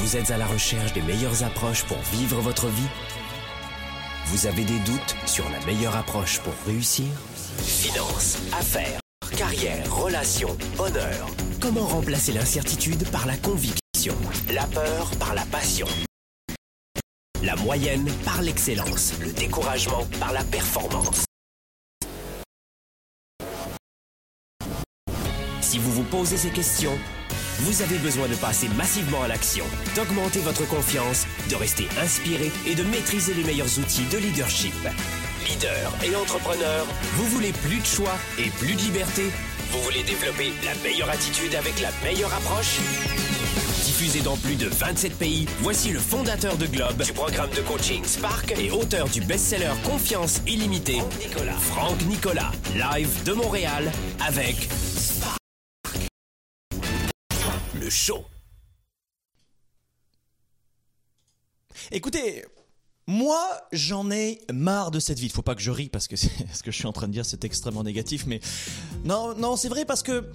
Vous êtes à la recherche des meilleures approches pour vivre votre vie? Vous avez des doutes sur la meilleure approche pour réussir? Finances, affaires, carrière, relations, honneur. Comment remplacer l'incertitude par la conviction? La peur par la passion? La moyenne par l'excellence? Le découragement par la performance? Si vous vous posez ces questions, vous avez besoin de passer massivement à l'action, d'augmenter votre confiance, de rester inspiré et de maîtriser les meilleurs outils de leadership. Leader et entrepreneur, vous voulez plus de choix et plus de liberté? Vous voulez développer la meilleure attitude avec la meilleure approche? Diffusé dans plus de 27 pays, voici le fondateur de Globe, du programme de coaching Spark et auteur du best-seller Confiance illimitée, Franck Nicolas, live de Montréal avec Spark. Le show. Écoutez, moi, j'en ai marre de cette vie. Faut pas que je rie parce que ce que je suis en train de dire, c'est extrêmement négatif. Mais non, c'est vrai parce que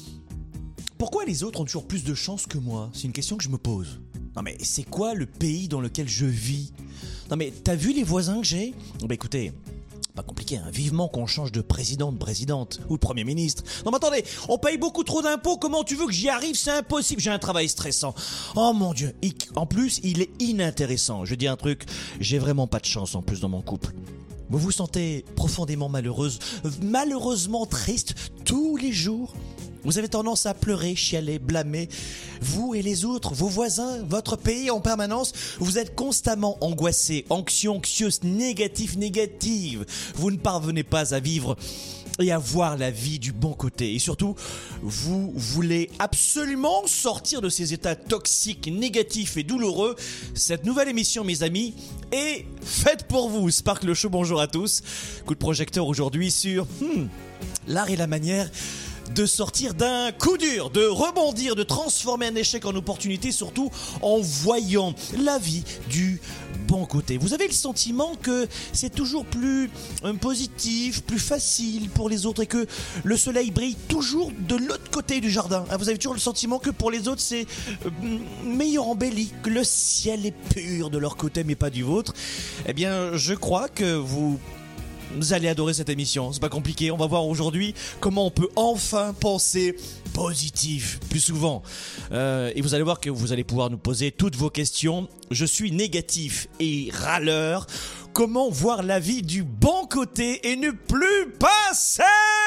pourquoi les autres ont toujours plus de chance que moi? C'est une question que je me pose. Non mais c'est quoi le pays dans lequel je vis? Non mais t'as vu les voisins que j'ai? Bah écoutez, pas compliqué, hein. Vivement qu'on change de président, de présidente ou de premier ministre. Non mais attendez, on paye beaucoup trop d'impôts, comment tu veux que j'y arrive? C'est impossible, j'ai un travail stressant. Oh mon Dieu, en plus il est inintéressant. Je dis un truc, j'ai vraiment pas de chance en plus dans mon couple. Vous vous sentez profondément malheureuse, malheureusement triste tous les jours? Vous avez tendance à pleurer, chialer, blâmer, vous et les autres, vos voisins, votre pays en permanence. Vous êtes constamment angoissé, anxieux, anxieuse, négative. Vous ne parvenez pas à vivre et à voir la vie du bon côté. Et surtout, vous voulez absolument sortir de ces états toxiques, négatifs et douloureux. Cette nouvelle émission, mes amis, est faite pour vous. Spark le show, bonjour à tous. Coup de projecteur aujourd'hui sur l'art et la manière de sortir d'un coup dur, de rebondir, de transformer un échec en opportunité, surtout en voyant la vie du bon côté. Vous avez le sentiment que c'est toujours plus positif, plus facile pour les autres et que le soleil brille toujours de l'autre côté du jardin. Vous avez toujours le sentiment que pour les autres c'est meilleur embelli, que le ciel est pur de leur côté mais pas du vôtre. Eh bien, je crois que vous allez adorer cette émission, c'est pas compliqué. On va voir aujourd'hui comment on peut enfin penser positif plus souvent. Et vous allez voir que vous allez pouvoir nous poser toutes vos questions. Je suis négatif et râleur. Comment voir la vie du bon côté et ne plus passer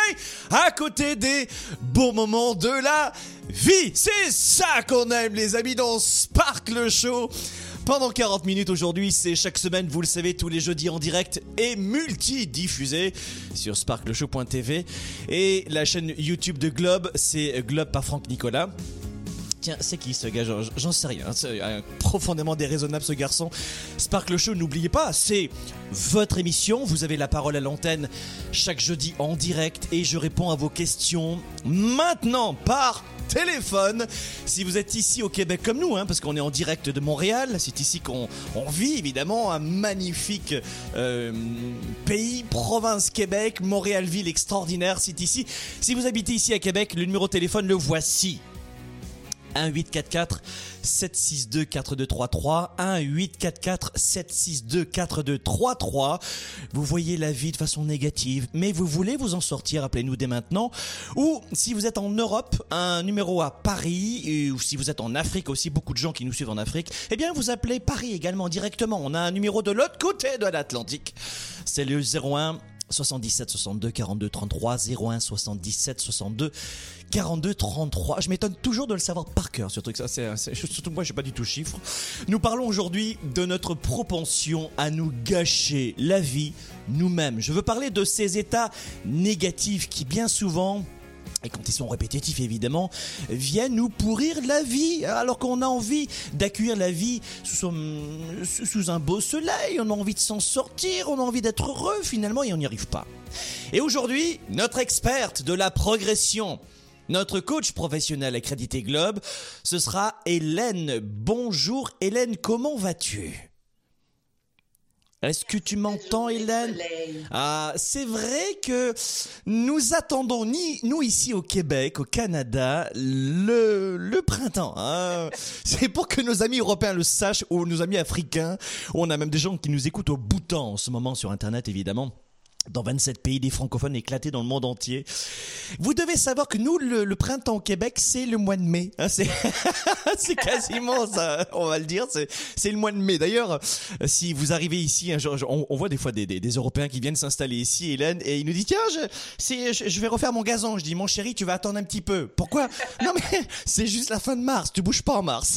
à côté des bons moments de la vie? C'est ça qu'on aime, les amis, dans Spark le show. Pendant 40 minutes aujourd'hui, c'est chaque semaine, vous le savez, tous les jeudis en direct et multi-diffusé sur sparkleshow.tv. Et la chaîne YouTube de Globe, c'est Globe par Franck Nicolas. Tiens, c'est qui ce gars? J'en sais rien, c'est profondément déraisonnable ce garçon. Spark le show, n'oubliez pas, c'est votre émission. Vous avez la parole à l'antenne chaque jeudi en direct et je réponds à vos questions maintenant par téléphone. Si vous êtes ici au Québec comme nous, parce qu'on est en direct de Montréal, c'est ici qu'on vit évidemment, un magnifique pays, province Québec, Montréal ville extraordinaire, c'est ici. Si vous habitez ici à Québec, le numéro de téléphone le voici. 1-844-762-4233, 1-844-762-4233. Vous voyez la vie de façon négative, mais vous voulez vous en sortir, appelez-nous dès maintenant. Ou si vous êtes en Europe, un numéro à Paris, ou si vous êtes en Afrique aussi, beaucoup de gens qui nous suivent en Afrique, eh bien vous appelez Paris également directement. On a un numéro de l'autre côté de l'Atlantique. C'est le 01 77 62 42 33, 01 77 62 42 33. Je m'étonne toujours de le savoir par cœur, surtout que surtout moi je suis pas du tout chiffre. Nous parlons aujourd'hui de notre propension à nous gâcher la vie nous-mêmes. Je veux parler de ces états négatifs qui bien souvent, et quand ils sont répétitifs évidemment, viennent nous pourrir la vie, alors qu'on a envie d'accueillir la vie sous un beau soleil, on a envie de s'en sortir, on a envie d'être heureux finalement et on n'y arrive pas. Et aujourd'hui, notre experte de la progression, notre coach professionnel accrédité Globe, ce sera Hélène. Bonjour Hélène, comment vas-tu ? Est-ce que tu m'entends, Hélène? Ah, c'est vrai que nous attendons, nous ici au Québec, au Canada, le printemps. Hein. C'est pour que nos amis européens le sachent, ou nos amis africains. On a même des gens qui nous écoutent au Bhoutan en ce moment sur Internet, évidemment. Dans 27 pays, des francophones éclatés dans le monde entier. Vous devez savoir que nous, le printemps au Québec, c'est le mois de mai. Hein, c'est quasiment ça, on va le dire. C'est le mois de mai. D'ailleurs, si vous arrivez ici, hein, on voit des fois des Européens qui viennent s'installer ici, Hélène, et ils nous disent, tiens, je vais refaire mon gazon. Je dis, mon chéri, tu vas attendre un petit peu. Pourquoi? Non mais, c'est juste la fin de mars. Tu bouges pas en mars.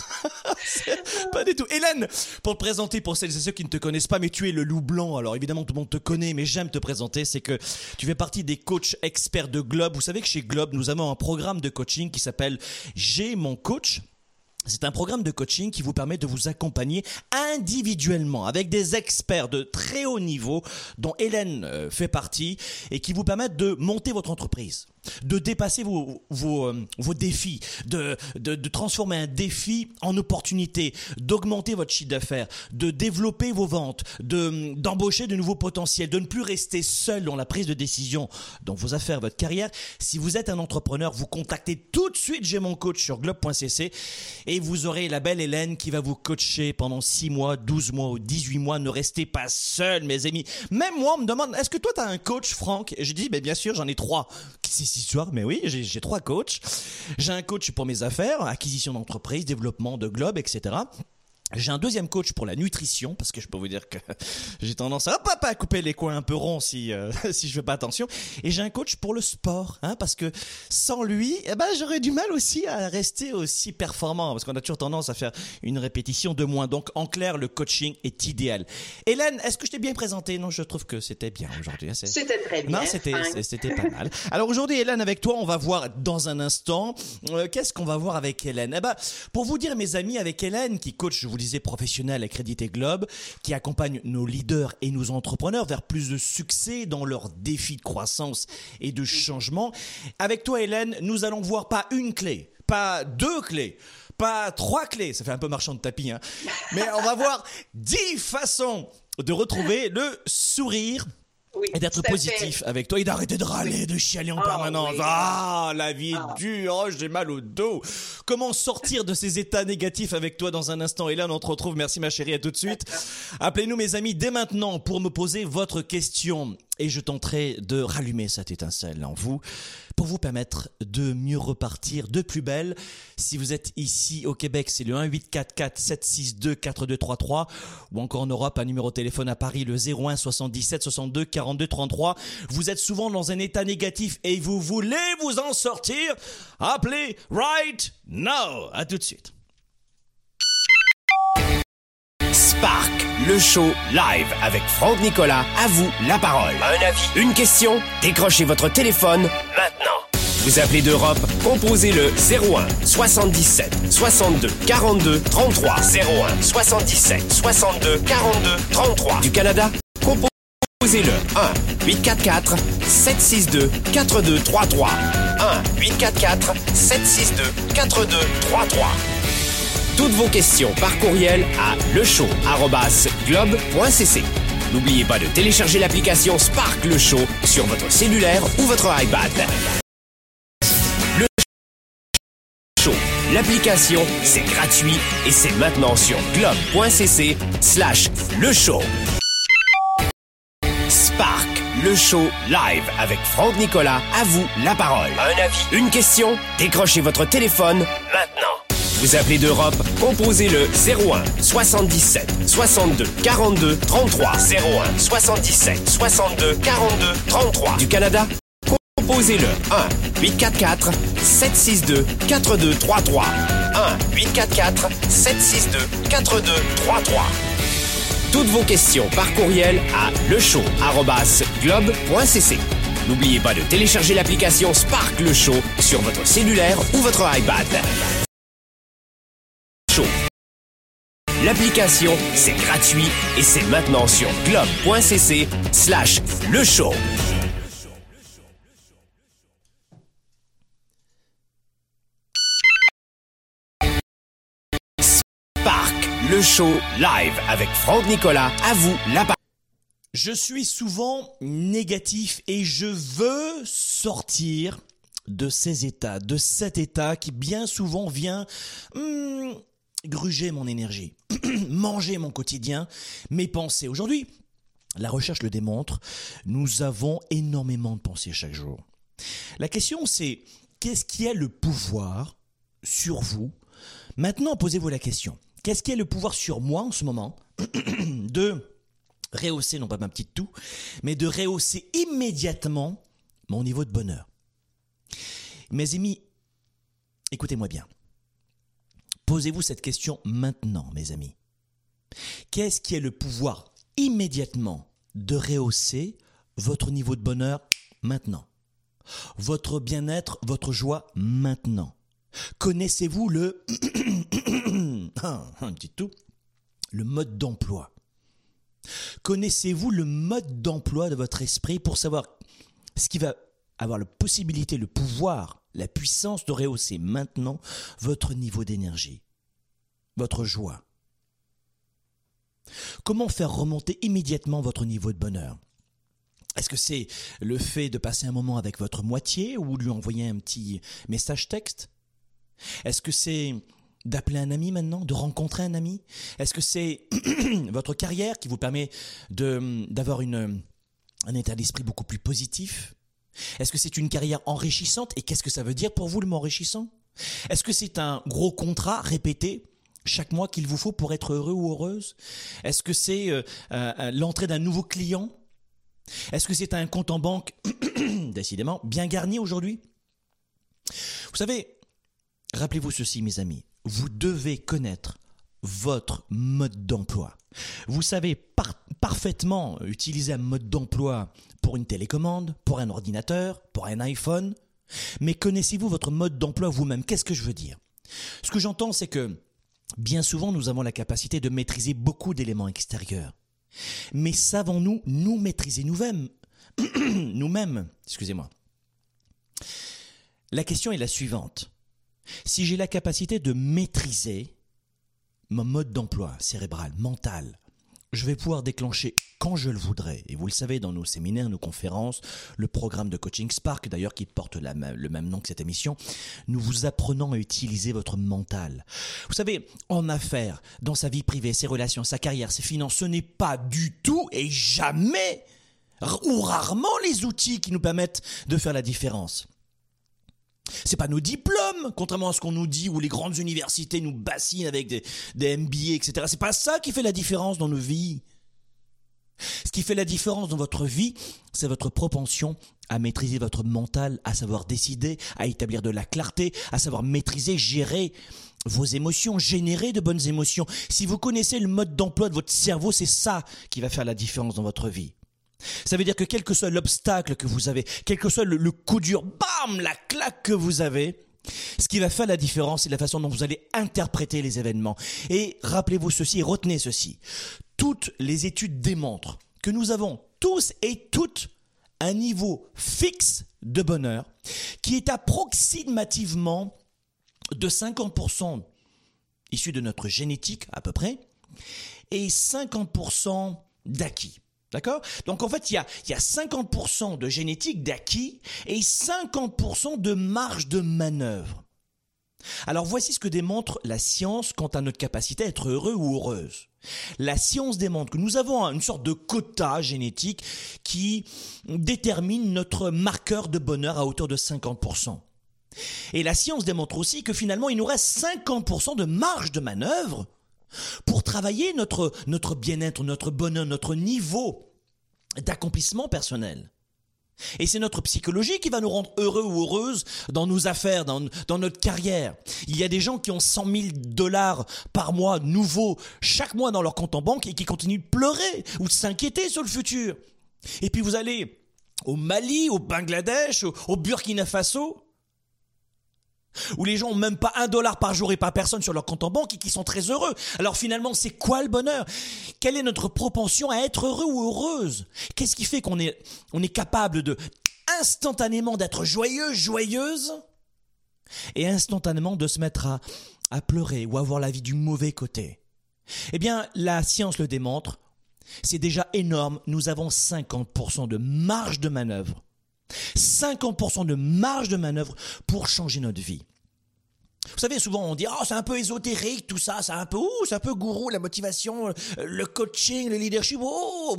Pas du tout. Hélène, pour te présenter, pour celles et ceux qui ne te connaissent pas, mais tu es le loup blanc. Alors évidemment, tout le monde te connaît, mais j'aime te présenter. C'est que tu fais partie des coachs experts de Globe. Vous savez que chez Globe, nous avons un programme de coaching qui s'appelle J'ai mon coach. C'est un programme de coaching qui vous permet de vous accompagner individuellement avec des experts de très haut niveau dont Hélène fait partie et qui vous permettent de monter votre entreprise, de dépasser vos défis, de transformer un défi en opportunité, d'augmenter votre chiffre d'affaires, de développer vos ventes, d'embaucher de nouveaux potentiels, de ne plus rester seul dans la prise de décision dans vos affaires, votre carrière. Si vous êtes un entrepreneur, vous contactez tout de suite J'ai mon coach sur globe.cc et vous aurez la belle Hélène qui va vous coacher pendant 6 mois, 12 mois ou 18 mois. Ne restez pas seul, mes amis. Même moi, on me demande, est-ce que toi, tu as un coach, Franck? Et je dis, bien sûr, j'en ai 3. C'est cette histoire, mais oui, j'ai 3 coachs. J'ai un coach pour mes affaires, acquisition d'entreprise, développement de Globe, etc. J'ai un deuxième coach pour la nutrition, parce que je peux vous dire que j'ai tendance à couper les coins un peu ronds si je fais pas attention. Et j'ai un coach pour le sport, hein, parce que sans lui, j'aurais du mal aussi à rester aussi performant, parce qu'on a toujours tendance à faire une répétition de moins. Donc, en clair, le coaching est idéal. Hélène, est-ce que je t'ai bien présenté? Non, je trouve que c'était bien aujourd'hui. C'était très bien. Non, c'était pas mal. Alors aujourd'hui, Hélène, avec toi, on va voir dans un instant, qu'est-ce qu'on va voir avec Hélène? Pour vous dire, mes amis, avec Hélène, qui coach, je vous disais, professionnel accrédité Globe, qui accompagne nos leaders et nos entrepreneurs vers plus de succès dans leurs défis de croissance et de changement. Avec toi, Hélène, nous allons voir pas une clé, pas 2 clés, pas 3 clés, ça fait un peu marchand de tapis, hein. Mais on va voir 10 façons de retrouver le sourire. Oui, et d'être positif avec toi et d'arrêter de râler, de chialer en permanence. Oui. Ah, la vie est dure, oh, j'ai mal au dos. Comment sortir de ces états négatifs avec toi dans un instant? Et là, on te retrouve. Merci ma chérie, à tout de suite. Appelez-nous mes amis dès maintenant pour me poser votre question. Et je tenterai de rallumer cette étincelle en vous pour vous permettre de mieux repartir de plus belle. Si vous êtes ici au Québec, c'est le 1-844-762-4233 ou encore en Europe, un numéro de téléphone à Paris, le 01 77 62 42 33. Vous êtes souvent dans un état négatif et vous voulez vous en sortir? Appelez right now. À tout de suite. Spark, le show live avec Franck Nicolas. À vous la parole. Un avis, une question? Décrochez votre téléphone maintenant. Vous appelez d'Europe, composez le 01 77 62 42 33. 01 77 62 42 33. Du Canada, composez le 1 844 762 4233. 1 844 762 4233. Toutes vos questions par courriel à leShow@globe.cc. N'oubliez pas de télécharger l'application Spark Le Show sur votre cellulaire ou votre iPad. Le Show, l'application, c'est gratuit et c'est maintenant sur globe.cc/le show. Spark, le show live avec Franck Nicolas. À vous la parole. Un avis, une question? Décrochez votre téléphone maintenant. Vous appelez d'Europe, composez le 01 77 62 42 33. 01 77 62 42 33. Du Canada, composez le 1 844 762 4233. 1 844 762 4233. Toutes vos questions par courriel à leShow@globe.cc. N'oubliez pas de télécharger l'application Spark Le Show sur votre cellulaire ou votre iPad. L'application, c'est gratuit et c'est maintenant sur globe.cc/le show. Spark, le show live avec Franck Nicolas. À vous la parole. Je suis souvent négatif et je veux sortir de ces états, de cet état qui bien souvent vient gruger mon énergie, manger mon quotidien, mes pensées. Aujourd'hui, la recherche le démontre, nous avons énormément de pensées chaque jour. La question c'est, qu'est-ce qui a le pouvoir sur vous? Maintenant, posez-vous la question. Qu'est-ce qui a le pouvoir sur moi en ce moment de rehausser, non pas ma petite toux, mais de rehausser immédiatement mon niveau de bonheur? Mes amis, écoutez-moi bien. Posez-vous cette question maintenant, mes amis. Qu'est-ce qui a le pouvoir immédiatement de rehausser votre niveau de bonheur maintenant? Votre bien-être, votre joie maintenant? Connaissez-vous le un petit tout, le mode d'emploi? Connaissez-vous le mode d'emploi de votre esprit pour savoir ce qui va avoir la possibilité, le pouvoir, la puissance de rehausser maintenant votre niveau d'énergie, votre joie? Comment faire remonter immédiatement votre niveau de bonheur? Est-ce que c'est le fait de passer un moment avec votre moitié ou lui envoyer un petit message texte? Est-ce que c'est d'appeler un ami maintenant, de rencontrer un ami? Est-ce que c'est votre carrière qui vous permet d'avoir un état d'esprit beaucoup plus positif? Est-ce que c'est une carrière enrichissante? Et qu'est-ce que ça veut dire pour vous le mot enrichissant? Est-ce que c'est un gros contrat répété chaque mois qu'il vous faut pour être heureux ou heureuse? Est-ce que c'est l'entrée d'un nouveau client? Est-ce que c'est un compte en banque, décidément, bien garni aujourd'hui? Vous savez, rappelez-vous ceci, mes amis, vous devez connaître votre mode d'emploi. Vous savez parfaitement utiliser un mode d'emploi pour une télécommande, pour un ordinateur, pour un iPhone, mais connaissez-vous votre mode d'emploi vous-même? Qu'est-ce que je veux dire? Ce que j'entends, c'est que bien souvent, nous avons la capacité de maîtriser beaucoup d'éléments extérieurs. Mais savons-nous nous maîtriser nous-mêmes? Excusez-moi. La question est la suivante. Si j'ai la capacité de maîtriser mon mode d'emploi cérébral, mental, je vais pouvoir déclencher quand je le voudrais. Et vous le savez, dans nos séminaires, nos conférences, le programme de coaching Spark, d'ailleurs qui porte le même nom que cette émission, nous vous apprenons à utiliser votre mental. Vous savez, en affaires, dans sa vie privée, ses relations, sa carrière, ses finances, ce n'est pas du tout et jamais ou rarement les outils qui nous permettent de faire la différence. C'est pas nos diplômes, contrairement à ce qu'on nous dit, où les grandes universités nous bassinent avec des MBA, etc. C'est pas ça qui fait la différence dans nos vies. Ce qui fait la différence dans votre vie, c'est votre propension à maîtriser votre mental, à savoir décider, à établir de la clarté, à savoir maîtriser, gérer vos émotions, générer de bonnes émotions. Si vous connaissez le mode d'emploi de votre cerveau, c'est ça qui va faire la différence dans votre vie. Ça veut dire que quel que soit l'obstacle que vous avez, quel que soit le coup dur, bam, la claque que vous avez, ce qui va faire la différence, c'est la façon dont vous allez interpréter les événements. Et rappelez-vous ceci et retenez ceci. Toutes les études démontrent que nous avons tous et toutes un niveau fixe de bonheur qui est approximativement de 50% issu de notre génétique à peu près et 50% d'acquis. D'accord? Donc en fait, il y a 50% de génétique d'acquis et 50% de marge de manœuvre. Alors voici ce que démontre la science quant à notre capacité à être heureux ou heureuse. La science démontre que nous avons une sorte de quota génétique qui détermine notre marqueur de bonheur à hauteur de 50%. Et la science démontre aussi que finalement, il nous reste 50% de marge de manœuvre pour travailler notre bien-être, notre bonheur, notre niveau d'accomplissement personnel. Et c'est notre psychologie qui va nous rendre heureux ou heureuses dans nos affaires, dans notre carrière. Il y a des gens qui ont $100 000 par mois nouveaux chaque mois dans leur compte en banque et qui continuent de pleurer ou de s'inquiéter sur le futur. Et puis vous allez au Mali, au Bangladesh, au Burkina Faso, où les gens ont même pas $1 par jour et par personne sur leur compte en banque et qui sont très heureux. Alors finalement, c'est quoi le bonheur? Quelle est notre propension à être heureux ou heureuse? Qu'est-ce qui fait qu'on est capable de instantanément d'être joyeux, joyeuse et instantanément de se mettre à pleurer ou avoir la vie du mauvais côté? Eh bien, la science le démontre. C'est déjà énorme. Nous avons 50% de marge de manœuvre. 50% de marge de manœuvre pour changer notre vie. Vous savez, souvent on dit « Oh, c'est un peu ésotérique tout ça, c'est un peu gourou, la motivation, le coaching, le leadership. Oh. »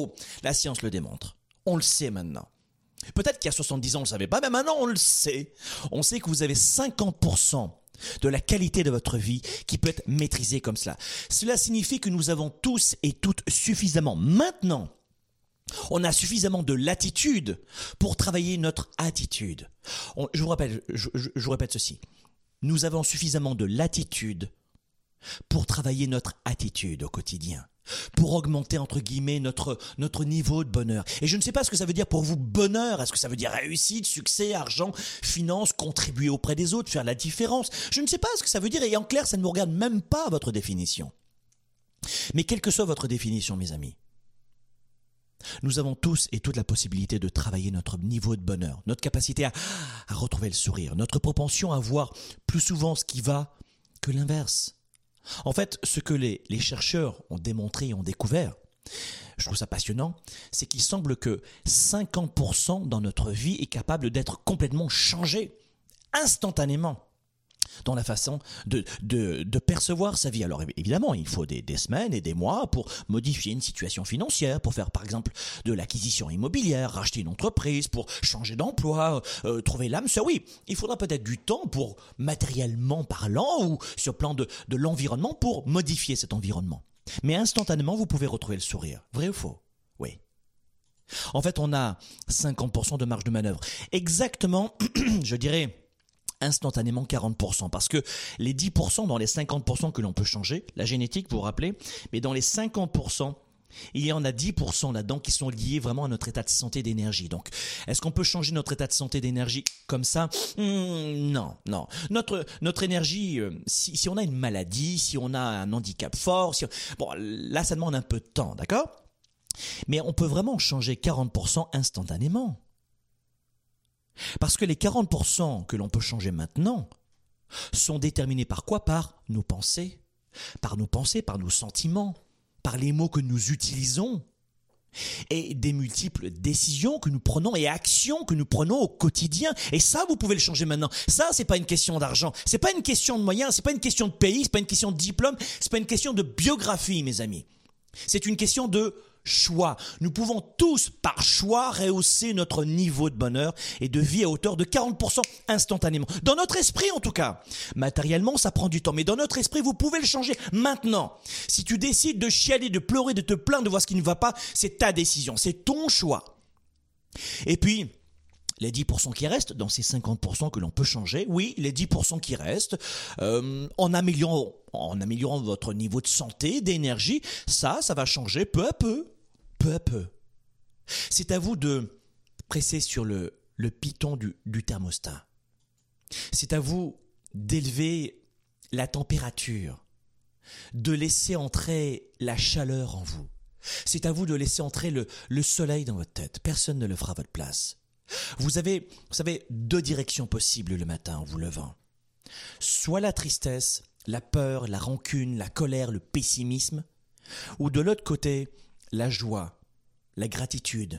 La science le démontre. On le sait maintenant. Peut-être qu'il y a 70 ans, on ne le savait pas, mais maintenant on le sait. On sait que vous avez 50% de la qualité de votre vie qui peut être maîtrisée comme cela. Cela signifie que nous avons tous et toutes suffisamment maintenant. On a suffisamment de latitude pour travailler notre attitude. Je vous répète ceci. Nous avons suffisamment de latitude pour travailler notre attitude au quotidien, pour augmenter entre guillemets notre niveau de bonheur. Et je ne sais pas ce que ça veut dire pour vous bonheur. Est-ce que ça veut dire réussite, succès, argent, finance, contribuer auprès des autres, faire la différence? Je ne sais pas ce que ça veut dire et en clair, ça ne me regarde même pas votre définition. Mais quelle que soit votre définition, mes amis, nous avons tous et toute la possibilité de travailler notre niveau de bonheur, notre capacité à retrouver le sourire, notre propension à voir plus souvent ce qui va que l'inverse. En fait, ce que les chercheurs ont démontré et ont découvert, je trouve ça passionnant, c'est qu'il semble que 50% dans notre vie est capable d'être complètement changé instantanément dans la façon de percevoir sa vie. Alors évidemment, il faut des semaines et des mois pour modifier une situation financière, pour faire par exemple de l'acquisition immobilière, racheter une entreprise, pour changer d'emploi, trouver l'âme sœur. Oui, il faudra peut-être du temps pour, matériellement parlant, ou sur le plan de l'environnement, pour modifier cet environnement. Mais instantanément, vous pouvez retrouver le sourire. Vrai ou faux? Oui. En fait, on a 50% de marge de manœuvre. Exactement, je dirais instantanément 40%, parce que les 10% dans les 50% que l'on peut changer, la génétique, vous vous rappelez, mais dans les 50%, il y en a 10% là-dedans qui sont liés vraiment à notre état de santé d'énergie. Donc, est-ce qu'on peut changer notre état de santé d'énergie comme ça? Non. Notre énergie, si on a une maladie, si on a un handicap fort, bon, là, ça demande un peu de temps, d'accord? Mais on peut vraiment changer 40% instantanément. Parce que les 40% que l'on peut changer maintenant sont déterminés par quoi? Par nos pensées, par nos sentiments, par les mots que nous utilisons et des multiples décisions que nous prenons et actions que nous prenons au quotidien. Et ça, vous pouvez le changer maintenant. Ça, c'est pas une question d'argent, c'est pas une question de moyens, c'est pas une question de pays, c'est pas une question de diplôme, c'est pas une question de biographie, mes amis. C'est une question de choix. Nous pouvons tous, par choix, rehausser notre niveau de bonheur et de vie à hauteur de 40% instantanément. Dans notre esprit, en tout cas. Matériellement, ça prend du temps. Mais dans notre esprit, vous pouvez le changer maintenant. Si tu décides de chialer, de pleurer, de te plaindre, de voir ce qui ne va pas, c'est ta décision. C'est ton choix. Et puis, les 10% qui restent, dans ces 50% que l'on peut changer, oui, les 10% qui restent, en améliorant votre niveau de santé, d'énergie, ça va changer peu à peu. Peu à peu. C'est à vous de presser sur le piton du thermostat. C'est à vous d'élever la température, de laisser entrer la chaleur en vous. C'est à vous de laisser entrer le soleil dans votre tête. Personne ne le fera à votre place. Vous avez 2 directions possibles le matin en vous levant. Soit la tristesse, la peur, la rancune, la colère, le pessimisme, ou de l'autre côté, la joie, la gratitude,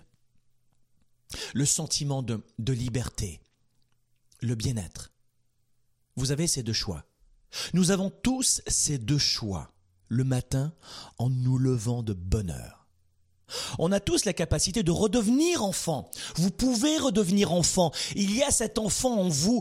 le sentiment de liberté, le bien-être. Vous avez ces 2 choix. Nous avons tous ces 2 choix le matin en nous levant de bonne heure. On a tous la capacité de redevenir enfant. Vous pouvez redevenir enfant. Il y a cet enfant en vous.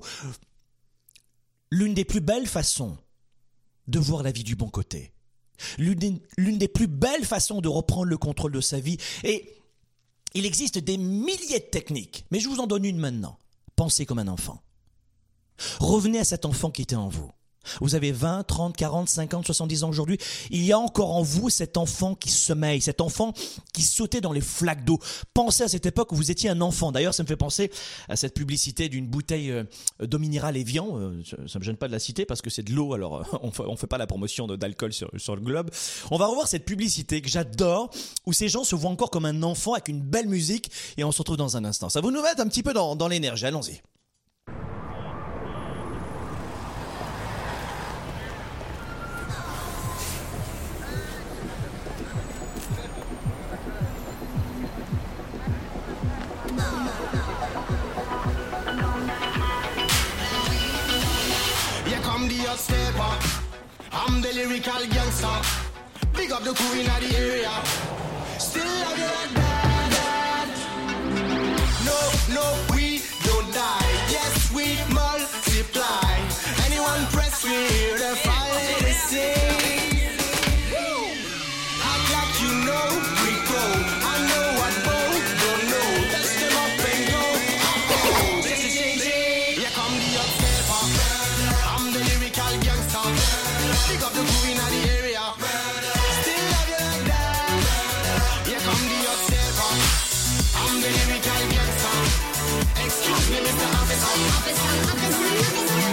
L'une des plus belles façons de voir la vie du bon côté. L'une des plus belles façons de reprendre le contrôle de sa vie. Et il existe des milliers de techniques, mais je vous en donne une maintenant. Pensez comme un enfant. Revenez à cet enfant qui était en vous. Vous avez 20, 30, 40, 50, 70 ans aujourd'hui. Il y a encore en vous cet enfant qui sommeille, cet enfant qui sautait dans les flaques d'eau. Pensez à cette époque où vous étiez un enfant. D'ailleurs, ça me fait penser à cette publicité d'une bouteille d'eau minérale Evian. Ça me gêne pas de la citer parce que c'est de l'eau, alors on fait pas la promotion d'alcool sur le globe. On va revoir cette publicité que j'adore, où ces gens se voient encore comme un enfant avec une belle musique, et on se retrouve dans un instant. Ça vous nous met un petit peu dans l'énergie. Allons-y. I'm the lyrical gangster. Big up the crew in the area. Still love you like that. No, we don't die. Yes, we multiply. Anyone press we hear the fire they sing. Act like you know we go. I know what both don't know. Touch them up and go. Oh, this is changing. Here come the observer. I'm the lyrical gangster. Pick up the crew in the area. Still love you like that. Here come the observer. I'm the lyrical gangster. Excuse me, Mr. Officer.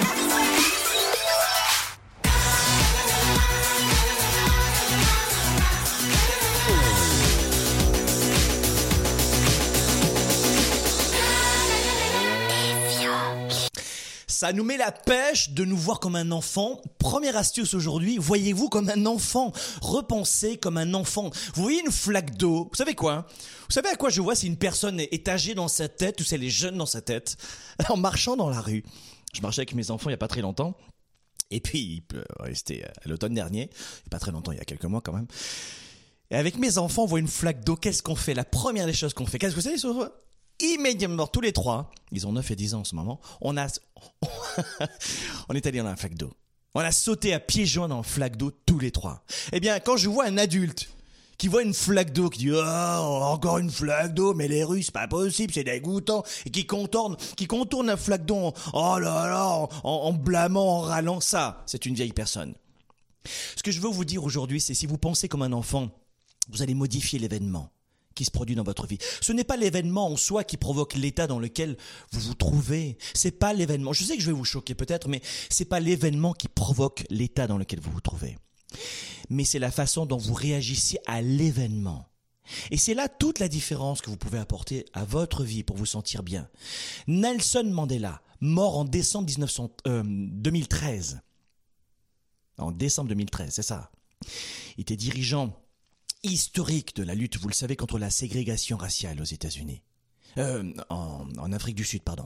Ça nous met la pêche de nous voir comme un enfant. Première astuce aujourd'hui, voyez-vous comme un enfant. Repensez comme un enfant. Vous voyez une flaque d'eau, vous savez quoi? Vous savez à quoi je vois si une personne est âgée dans sa tête ou si elle est jeune dans sa tête? En marchant dans la rue. Je marchais avec mes enfants il n'y a pas très longtemps. Et puis, c'était à l'automne dernier. Il n'y a pas très longtemps, il y a quelques mois quand même. Et avec mes enfants, on voit une flaque d'eau. Qu'est-ce qu'on fait? La première des choses qu'on fait, qu'est-ce que vous savez? Immédiatement, tous les trois, ils ont 9 et 10 ans en ce moment, on est allé dans la flaque d'eau. On a sauté à pieds joints dans la flaque d'eau tous les trois. Eh bien, quand je vois un adulte qui voit une flaque d'eau, qui dit « Oh, encore une flaque d'eau, mais les rues, c'est pas possible, c'est dégoûtant », et qui contourne la flaque d'eau en blâmant, en râlant, ça, c'est une vieille personne. Ce que je veux vous dire aujourd'hui, c'est si vous pensez comme un enfant, vous allez modifier l'événement qui se produit dans votre vie. Ce n'est pas l'événement en soi qui provoque l'état dans lequel vous vous trouvez. C'est pas l'événement. Je sais que je vais vous choquer peut-être, mais c'est pas l'événement qui provoque l'état dans lequel vous vous trouvez. Mais c'est la façon dont vous réagissez à l'événement. Et c'est là toute la différence que vous pouvez apporter à votre vie pour vous sentir bien. Nelson Mandela, mort en décembre 2013. En décembre 2013, c'est ça. Il était dirigeant historique de la lutte, vous le savez, contre la ségrégation raciale aux États-Unis. En Afrique du Sud, pardon.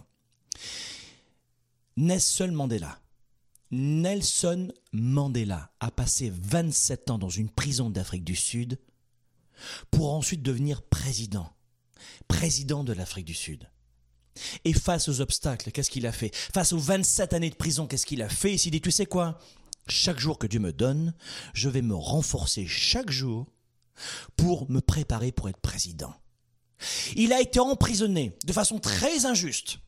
Nelson Mandela a passé 27 ans dans une prison d'Afrique du Sud pour ensuite devenir président de l'Afrique du Sud. Et face aux obstacles, qu'est-ce qu'il a fait? Face aux 27 années de prison, qu'est-ce qu'il a fait? Il s'est dit, tu sais quoi? Chaque jour que Dieu me donne, je vais me renforcer chaque jour pour me préparer pour être président. Il a été emprisonné de façon très injuste.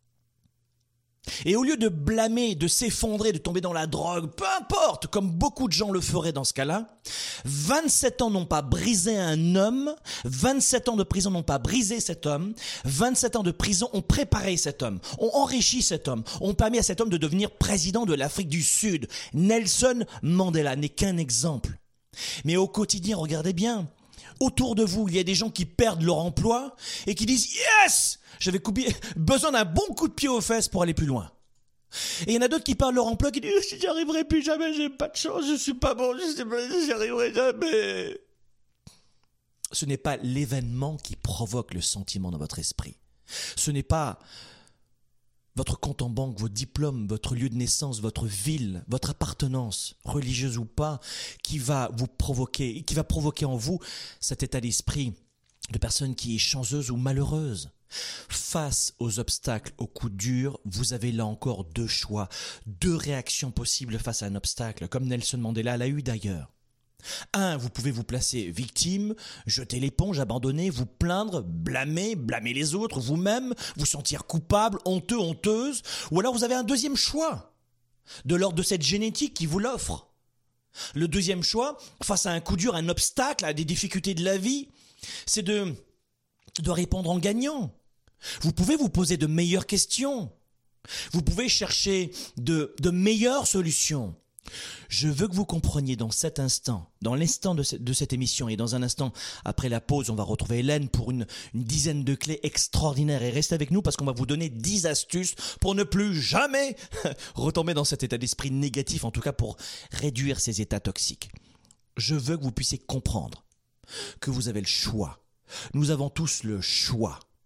Et au lieu de blâmer, de s'effondrer, de tomber dans la drogue, peu importe, comme beaucoup de gens le feraient dans ce cas-là, 27 ans n'ont pas brisé un homme, 27 ans de prison n'ont pas brisé cet homme, 27 ans de prison ont préparé cet homme, ont enrichi cet homme, ont permis à cet homme de devenir président de l'Afrique du Sud. Nelson Mandela n'est qu'un exemple. Mais au quotidien, regardez bien, autour de vous, il y a des gens qui perdent leur emploi et qui disent « Yes ! J'avais besoin d'un bon coup de pied aux fesses pour aller plus loin. » Et il y en a d'autres qui perdent leur emploi, qui disent « J'y arriverai plus jamais, j'ai pas de chance, je suis pas bon, j'y arriverai jamais. » Ce n'est pas l'événement qui provoque le sentiment dans votre esprit. Ce n'est pas votre compte en banque, vos diplômes, votre lieu de naissance, votre ville, votre appartenance, religieuse ou pas, qui va provoquer en vous cet état d'esprit de personne qui est chanceuse ou malheureuse. Face aux obstacles, aux coups durs, vous avez là encore deux choix, deux réactions possibles face à un obstacle, comme Nelson Mandela l'a eu d'ailleurs. 1, vous pouvez vous placer victime, jeter l'éponge, abandonner, vous plaindre, blâmer les autres, vous-même, vous sentir coupable, honteux, honteuse. Ou alors vous avez un deuxième choix, de l'ordre de cette génétique qui vous l'offre. Le deuxième choix, face à un coup dur, un obstacle, à des difficultés de la vie, c'est de répondre en gagnant. Vous pouvez vous poser de meilleures questions. Vous pouvez chercher de meilleures solutions. Je veux que vous compreniez dans cet instant, dans l'instant de cette émission et dans un instant après la pause, on va retrouver Hélène pour une dizaine de clés extraordinaires et restez avec nous parce qu'on va vous donner 10 astuces pour ne plus jamais retomber dans cet état d'esprit négatif, en tout cas pour réduire ces états toxiques. Je veux que vous puissiez comprendre que vous avez le choix. Nous avons tous le choix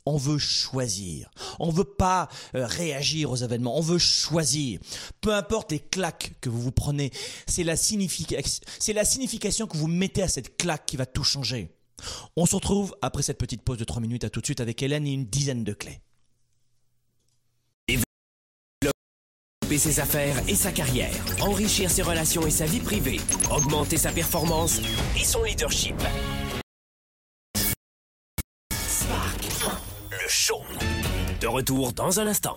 on veut choisir. On veut pas réagir aux événements, on veut choisir. Peu importe les claques que vous vous prenez, c'est la signification que vous mettez à cette claque qui va tout changer. On se retrouve après cette petite pause de 3 minutes, à tout de suite avec Hélène et une dizaine de clés. Développer ses affaires et sa carrière, enrichir ses relations et sa vie privée, augmenter sa performance et son leadership. Spark, le show. De retour dans un instant.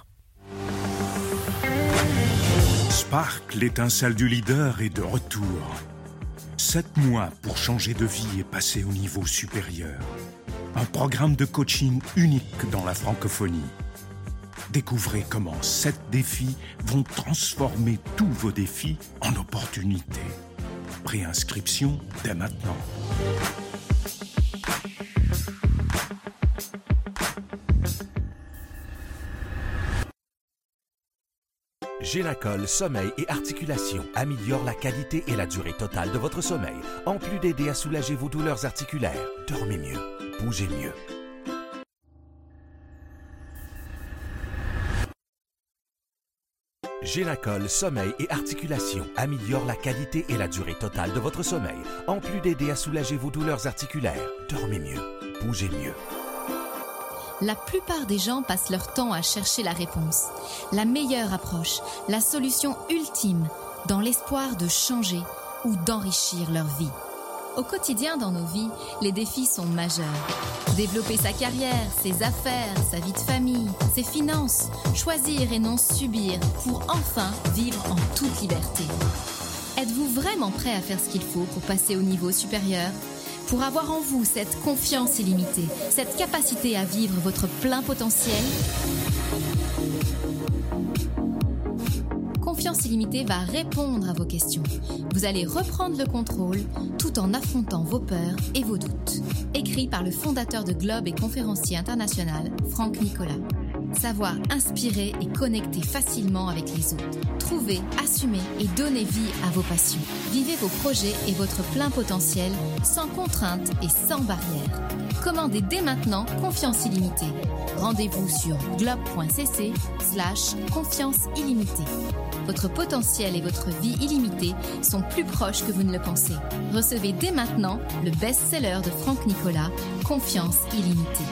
Spark, l'étincelle du leader, est de retour. 7 mois pour changer de vie et passer au niveau supérieur. Un programme de coaching unique dans la francophonie. Découvrez comment 7 défis vont transformer tous vos défis en opportunités. Préinscription dès maintenant. Génacol Sommeil et Articulation améliore la qualité et la durée totale de votre sommeil, en plus d'aider à soulager vos douleurs articulaires. Dormez mieux, bougez mieux. Génacol Sommeil et Articulation améliore la qualité et la durée totale de votre sommeil, en plus d'aider à soulager vos douleurs articulaires. Dormez mieux, bougez mieux. La plupart des gens passent leur temps à chercher la réponse, la meilleure approche, la solution ultime, dans l'espoir de changer ou d'enrichir leur vie. Au quotidien dans nos vies, les défis sont majeurs. Développer sa carrière, ses affaires, sa vie de famille, ses finances, choisir et non subir pour enfin vivre en toute liberté. Êtes-vous vraiment prêt à faire ce qu'il faut pour passer au niveau supérieur ? Pour avoir en vous cette confiance illimitée, cette capacité à vivre votre plein potentiel, Confiance illimitée va répondre à vos questions. Vous allez reprendre le contrôle tout en affrontant vos peurs et vos doutes. Écrit par le fondateur de Globe et conférencier international, Franck Nicolas. Savoir inspirer et connecter facilement avec les autres. Trouver, assumer et donner vie à vos passions. Vivez vos projets et votre plein potentiel sans contraintes et sans barrières. Commandez dès maintenant Confiance illimitée. Rendez-vous sur globe.cc/confiance illimitée. Votre potentiel et votre vie illimitée sont plus proches que vous ne le pensez. Recevez dès maintenant le best-seller de Franck Nicolas, Confiance illimitée.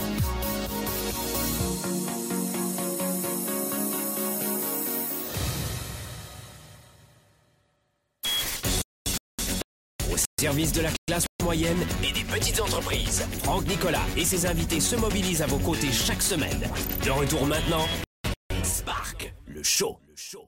Service de la classe moyenne et des petites entreprises. Franck Nicolas et ses invités se mobilisent à vos côtés chaque semaine. De retour maintenant, Spark, le show.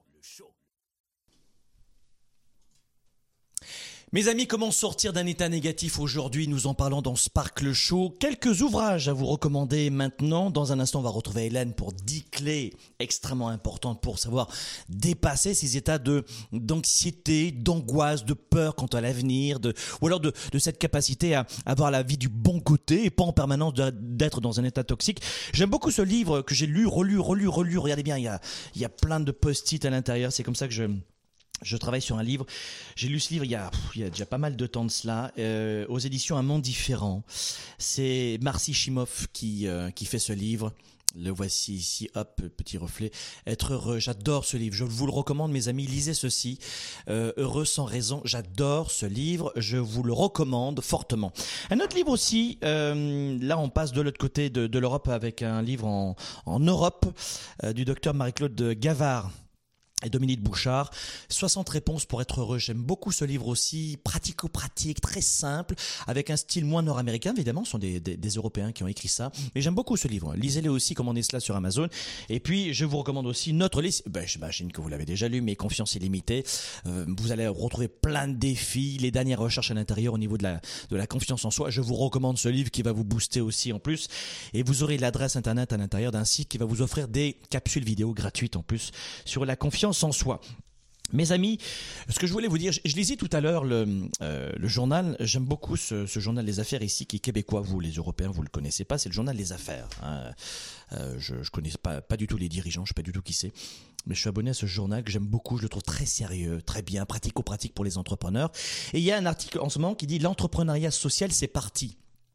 Mes amis, comment sortir d'un état négatif aujourd'hui? Nous en parlons dans Spark le Show. Quelques ouvrages à vous recommander maintenant. Dans un instant, on va retrouver Hélène pour 10 clés extrêmement importantes pour savoir dépasser ces états d'anxiété, d'angoisse, de peur quant à l'avenir, ou alors de cette capacité à avoir la vie du bon côté et pas en permanence d'être dans un état toxique. J'aime beaucoup ce livre que j'ai lu, relu. Regardez bien, il y a plein de post-it à l'intérieur. C'est comme ça que je travaille sur un livre. J'ai lu ce livre il y a déjà pas mal de temps de cela, aux éditions Un Monde Différent. C'est Marcy Shimoff qui fait ce livre. Le voici ici, hop, petit reflet. Être heureux, j'adore ce livre. Je vous le recommande, mes amis, lisez ceci. Heureux sans raison, j'adore ce livre. Je vous le recommande fortement. Un autre livre aussi, là on passe de l'autre côté de l'Europe avec un livre en Europe du docteur Marie-Claude Gavard et Dominique Bouchard, 60 réponses pour être heureux. J'aime beaucoup ce livre aussi, pratico-pratique, très simple, avec un style moins nord-américain, évidemment, ce sont des Européens qui ont écrit ça, mais j'aime beaucoup ce livre. Lisez-le aussi, commandez cela sur Amazon. Et puis, je vous recommande aussi notre liste, j'imagine que vous l'avez déjà lu, mais Confiance illimitée. Vous allez retrouver plein de défis, les dernières recherches à l'intérieur au niveau de la confiance en soi. Je vous recommande ce livre qui va vous booster aussi en plus. Et vous aurez l'adresse internet à l'intérieur d'un site qui va vous offrir des capsules vidéo gratuites en plus sur la confiance en soi. Mes amis, ce que je voulais vous dire, je lisais tout à l'heure le journal, j'aime beaucoup ce journal des affaires ici qui est québécois, vous les Européens vous le connaissez pas, c'est le journal des affaires. Je connais pas du tout les dirigeants, je sais pas du tout qui c'est, mais je suis abonné à ce journal que j'aime beaucoup, je le trouve très sérieux, très bien, pratico-pratique pour les entrepreneurs. Et il y a un article en ce moment qui dit l'entrepreneuriat social c'est parti.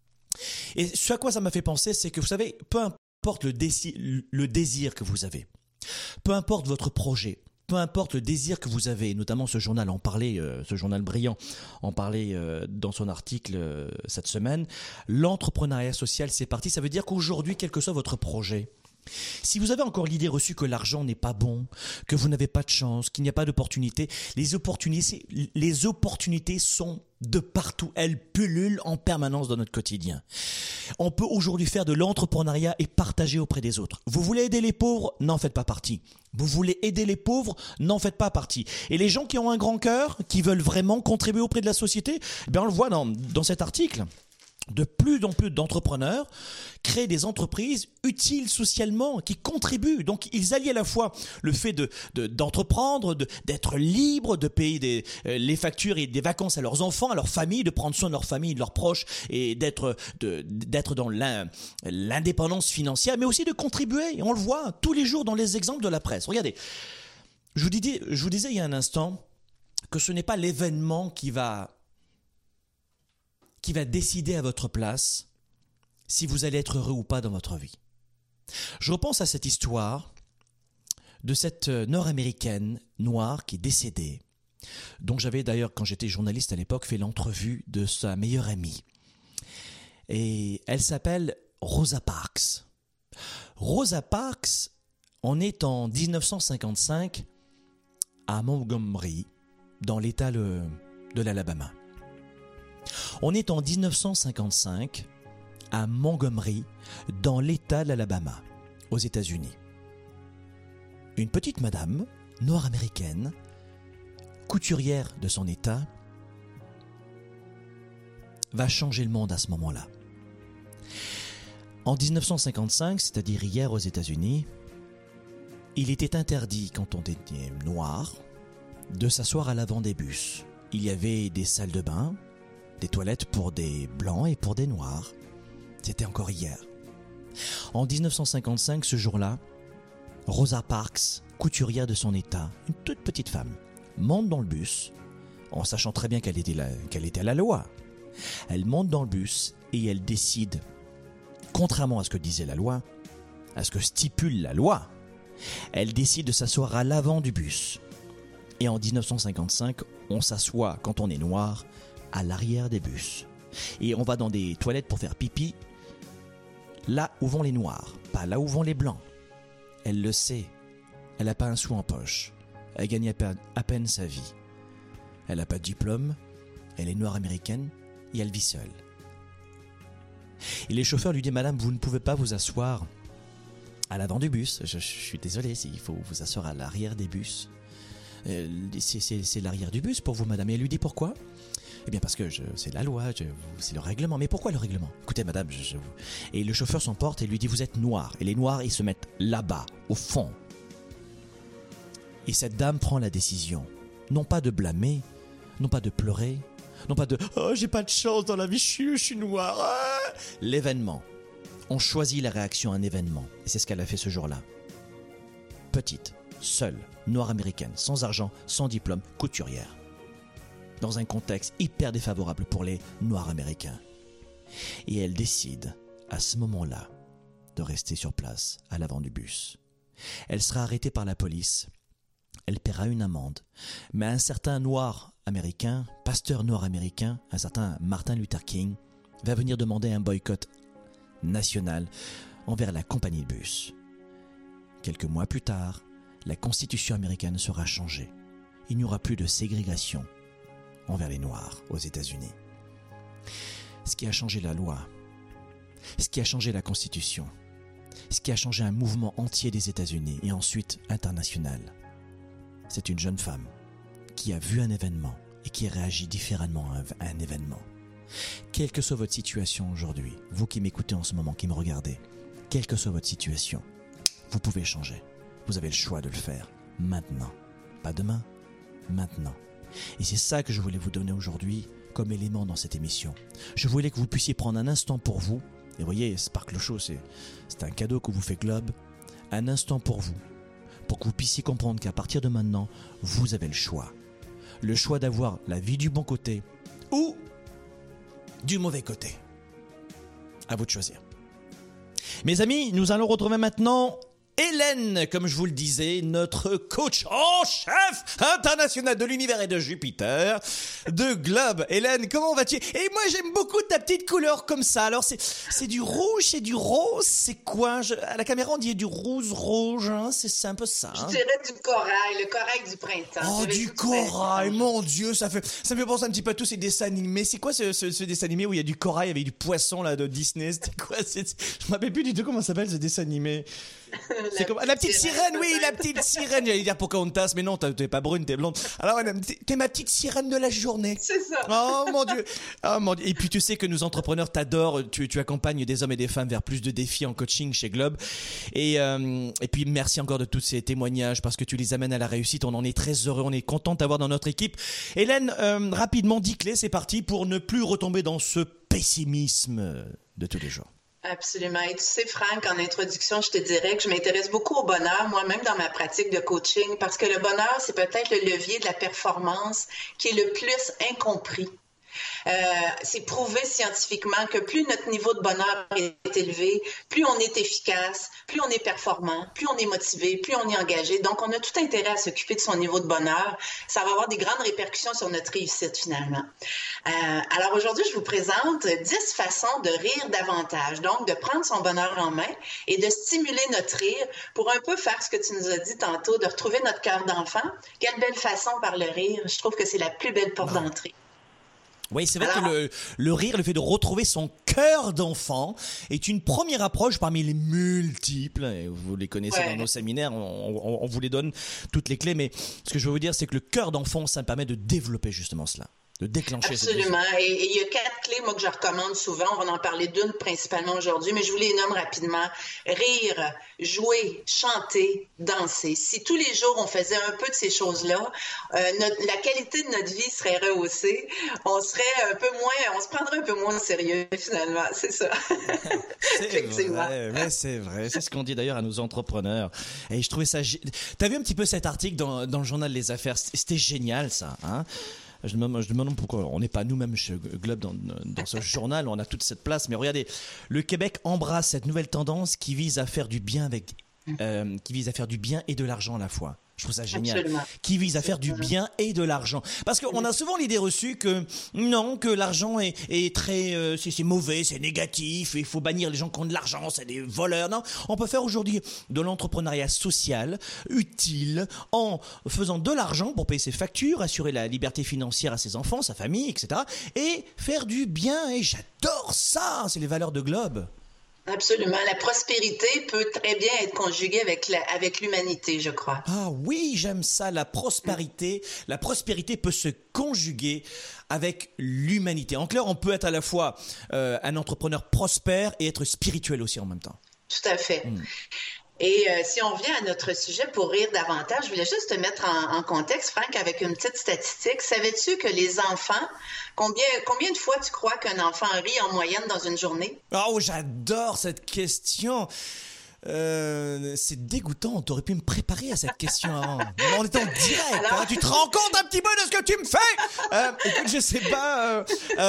Et ce à quoi ça m'a fait penser, c'est que vous savez, peu importe le désir que vous avez, peu importe votre projet, peu importe le désir que vous avez, notamment ce journal en parlait, ce journal brillant en parlait dans son article cette semaine, l'entrepreneuriat social, c'est parti. Ça veut dire qu'aujourd'hui, quel que soit votre projet, si vous avez encore l'idée reçue que l'argent n'est pas bon, que vous n'avez pas de chance, qu'il n'y a pas d'opportunité, les opportunités sont de partout. Elles pullulent en permanence dans notre quotidien. On peut aujourd'hui faire de l'entrepreneuriat et partager auprès des autres. Vous voulez aider les pauvres? N'en faites pas partie. Vous voulez aider les pauvres? N'en faites pas partie. Et les gens qui ont un grand cœur, qui veulent vraiment contribuer auprès de la société, on le voit dans cet article. De plus en plus d'entrepreneurs créent des entreprises utiles socialement, qui contribuent. Donc, ils allient à la fois le fait d'entreprendre, d'être libre, de payer les factures et des vacances à leurs enfants, à leur famille, de prendre soin de leur famille, de leurs proches et d'être dans l'indépendance financière, mais aussi de contribuer. Et on le voit tous les jours dans les exemples de la presse. Regardez, je vous disais il y a un instant que ce n'est pas l'événement qui va décider à votre place si vous allez être heureux ou pas dans votre vie. Je repense à cette histoire de cette Nord-américaine noire qui est décédée, dont j'avais d'ailleurs, quand j'étais journaliste à l'époque, fait l'entrevue de sa meilleure amie. Et elle s'appelle Rosa Parks. Rosa Parks, on est en 1955 à Montgomery, dans l'État de l'Alabama. On est en 1955 à Montgomery, dans l'État de l'Alabama, aux États-Unis. Une petite madame, nord-américaine, couturière de son État, va changer le monde à ce moment-là. En 1955, c'est-à-dire hier aux États-Unis, il était interdit, quand on était noir, de s'asseoir à l'avant des bus. Il y avait des salles de bain, des toilettes pour des blancs et pour des noirs. C'était encore hier. En 1955, ce jour-là, Rosa Parks, couturière de son État, une toute petite femme, monte dans le bus, en sachant très bien qu'elle était à la loi. Elle monte dans le bus et elle décide, contrairement à ce que disait la loi, à ce que stipule la loi, elle décide de s'asseoir à l'avant du bus. Et en 1955, on s'assoit, quand on est noir, à l'arrière des bus. Et on va dans des toilettes pour faire pipi là où vont les noirs, pas là où vont les blancs. Elle le sait. Elle n'a pas un sou en poche. Elle gagne à peine sa vie. Elle n'a pas de diplôme. Elle est noire américaine et elle vit seule. Et les chauffeurs lui disent: Madame, vous ne pouvez pas vous asseoir à l'avant du bus. Je suis désolé, il faut vous asseoir à l'arrière des bus. C'est l'arrière du bus pour vous, madame. Et elle lui dit: pourquoi? Eh bien parce que c'est la loi, c'est le règlement. Mais pourquoi le règlement? Écoutez madame, Et le chauffeur s'emporte et lui dit: vous êtes noir. Et les noirs, ils se mettent là-bas, au fond. Et cette dame prend la décision, non pas de blâmer, non pas de pleurer, non pas de « Oh, j'ai pas de chance dans la vie, je suis noir. Ah !» L'événement. On choisit la réaction à un événement. Et c'est ce qu'elle a fait ce jour-là. Petite, seule, noire américaine, sans argent, sans diplôme, couturière. Dans un contexte hyper défavorable pour les noirs américains. Et elle décide, à ce moment-là, de rester sur place, à l'avant du bus. Elle sera arrêtée par la police. Elle paiera une amende. Mais un certain noir américain, pasteur noir américain, un certain Martin Luther King, va venir demander un boycott national envers la compagnie de bus. Quelques mois plus tard, la Constitution américaine sera changée. Il n'y aura plus de ségrégation envers les Noirs aux États-Unis. Ce qui a changé la loi, ce qui a changé la Constitution, ce qui a changé un mouvement entier des États-Unis et ensuite international, c'est une jeune femme qui a vu un événement et qui réagit différemment à un événement. Quelle que soit votre situation aujourd'hui, vous qui m'écoutez en ce moment, qui me regardez, quelle que soit votre situation, vous pouvez changer. Vous avez le choix de le faire maintenant. Pas demain, maintenant. Et c'est ça que je voulais vous donner aujourd'hui comme élément dans cette émission. Je voulais que vous puissiez prendre un instant pour vous. Et vous voyez, Sparkle Show, c'est un cadeau que vous fait Globe. Un instant pour vous. Pour que vous puissiez comprendre qu'à partir de maintenant, vous avez le choix. Le choix d'avoir la vie du bon côté ou du mauvais côté. À vous de choisir. Mes amis, nous allons retrouver maintenant Hélène, comme je vous le disais, notre coach en chef international de l'univers et de Jupiter, de Globe. Hélène, comment vas-tu? Et moi, j'aime beaucoup ta petite couleur comme ça. Alors, c'est du rouge, c'est du rose, c'est quoi? À la caméra, on dit du rouge, hein? C'est un peu ça. Hein? Je dirais du corail, le corail du printemps. Oh, du corail, mon Dieu, ça me fait penser un petit peu à tous ces dessins animés. C'est quoi ce dessin animé où il y a du corail avec du poisson là de Disney? C'était quoi? Je me rappelle plus du tout comment ça s'appelle ce dessin animé. C'est comme la petite sirène, oui, la petite sirène. J'allais dire Pocahontas, mais non, t'es pas brune, t'es blonde. Alors, t'es ma petite sirène de la journée. C'est ça. Oh mon Dieu. Oh mon Dieu. Et puis tu sais que nous entrepreneurs t'adorent. Tu accompagnes des hommes et des femmes vers plus de défis en coaching chez Globe. Et puis merci encore de tous ces témoignages parce que tu les amènes à la réussite. On en est très heureux. On est content de t'avoir dans notre équipe. Hélène, rapidement 10 clés, c'est parti pour ne plus retomber dans ce pessimisme de tous les jours. Absolument. Et tu sais, Franck, en introduction, je te dirais que je m'intéresse beaucoup au bonheur, moi-même dans ma pratique de coaching, parce que le bonheur, c'est peut-être le levier de la performance qui est le plus incompris. C'est prouvé scientifiquement que plus notre niveau de bonheur est élevé, plus on est efficace, plus on est performant, plus on est motivé, plus on est engagé. Donc, on a tout intérêt à s'occuper de son niveau de bonheur. Ça va avoir des grandes répercussions sur notre réussite, finalement. Alors, aujourd'hui, je vous présente 10 façons de rire davantage. Donc, de prendre son bonheur en main et de stimuler notre rire pour un peu faire ce que tu nous as dit tantôt, de retrouver notre cœur d'enfant. Quelle belle façon par le rire. Je trouve que c'est la plus belle porte d'entrée. Oui, c'est vrai que le rire, le fait de retrouver son cœur d'enfant est une première approche parmi les multiples. Et vous les connaissez dans nos séminaires, on vous les donne toutes les clés. Mais ce que je veux vous dire, c'est que le cœur d'enfant, ça permet de développer justement cela. De déclencher. Absolument. Et il y a 4 clés, moi, que je recommande souvent. On va en parler d'une principalement aujourd'hui, mais je vous les nomme rapidement. Rire, jouer, chanter, danser. Si tous les jours, on faisait un peu de ces choses-là, la qualité de notre vie serait rehaussée. On serait un peu moins, on se prendrait un peu moins au sérieux, finalement. C'est ça. Effectivement. Mais c'est vrai. C'est ce qu'on dit d'ailleurs à nos entrepreneurs. Et je trouvais ça... T'as vu un petit peu cet article dans le journal Les Affaires? C'était génial, ça, hein? Je me demande pourquoi on n'est pas nous-mêmes chez Globe dans ce journal, on a toute cette place. Mais regardez, le Québec embrasse cette nouvelle tendance qui vise à faire du bien et de l'argent à la fois. Je trouve ça génial. Absolument. Qui vise à faire du bien et de l'argent. Parce qu'on a souvent l'idée reçue que non, que l'argent est très, c'est mauvais, c'est négatif, il faut bannir les gens qui ont de l'argent, c'est des voleurs. Non, on peut faire aujourd'hui de l'entrepreneuriat social, utile, en faisant de l'argent pour payer ses factures, assurer la liberté financière à ses enfants, sa famille, etc. Et faire du bien. Et j'adore ça. C'est les valeurs de Globe. Absolument. La prospérité peut très bien être conjuguée avec l'humanité, je crois. Ah oui, j'aime ça. La prospérité peut se conjuguer avec l'humanité. En clair, on peut être à la fois un entrepreneur prospère et être spirituel aussi en même temps. Tout à fait. Et si on revient à notre sujet pour rire davantage, je voulais juste te mettre en contexte, Franck, avec une petite statistique. Savais-tu que les enfants, combien de fois tu crois qu'un enfant rit en moyenne dans une journée? Oh, j'adore cette question. C'est dégoûtant, t'aurais pu me préparer à cette question avant. On est en direct, alors... hein, tu te rends compte un petit peu de ce que tu me fais? Écoute, je sais pas.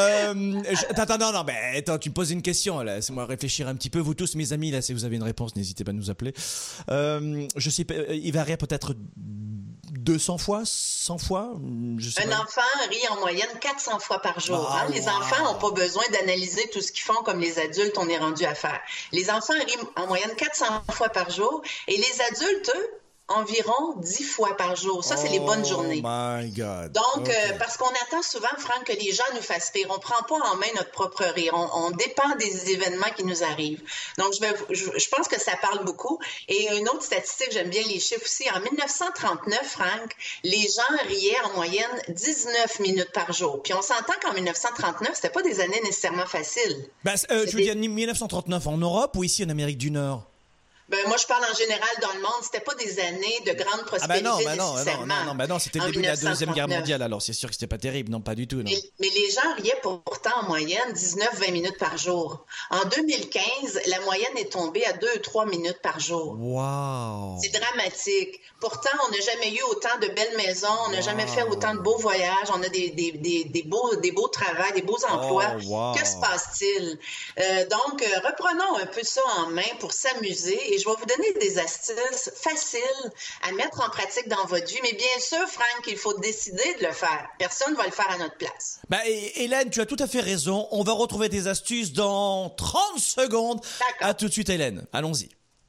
Attends, tu me poses une question, là. Laissez-moi réfléchir un petit peu. Vous tous, mes amis, là, si vous avez une réponse, n'hésitez pas à nous appeler. Je sais pas, il varie peut-être 200 fois, 100 fois, je sais pas. Un enfant rit en moyenne 400 fois par jour. Hein? Les enfants n'ont pas besoin d'analyser tout ce qu'ils font comme les adultes, on est rendu à faire. Les enfants rient en moyenne 400 fois par jour et les adultes, eux, environ 10 fois par jour. Ça, c'est les bonnes journées. Oh my God. Donc, parce qu'on attend souvent, Franck, que les gens nous fassent rire. On prend pas en main notre propre rire. On dépend des événements qui nous arrivent. Donc, je pense que ça parle beaucoup. Et une autre statistique, j'aime bien les chiffres aussi. En 1939, Franck, les gens riaient en moyenne 19 minutes par jour. Puis on s'entend qu'en 1939, c'était pas des années nécessairement faciles. Tu veux dire 1939 en Europe ou ici en Amérique du Nord? Moi, je parle en général dans le monde. C'était pas des années de grande prospérité nécessairement. C'était le début de la Deuxième Guerre mondiale, alors c'est sûr que c'était pas terrible, non, pas du tout, non. Mais les gens riaient pourtant en moyenne 19-20 minutes par jour. En 2015, la moyenne est tombée à 2-3 minutes par jour. Wow! C'est dramatique. Pourtant, on n'a jamais eu autant de belles maisons, on n'a jamais fait autant de beaux voyages, on a des beaux travails, des beaux emplois. Que se passe-t-il? Donc, reprenons un peu ça en main pour s'amuser et je vais vous donner des astuces faciles à mettre en pratique dans votre vie. Mais bien sûr, Franck, il faut décider de le faire. Personne ne va le faire à notre place. Hélène, tu as tout à fait raison. On va retrouver tes astuces dans 30 secondes. D'accord. À tout de suite, Hélène. Allons-y.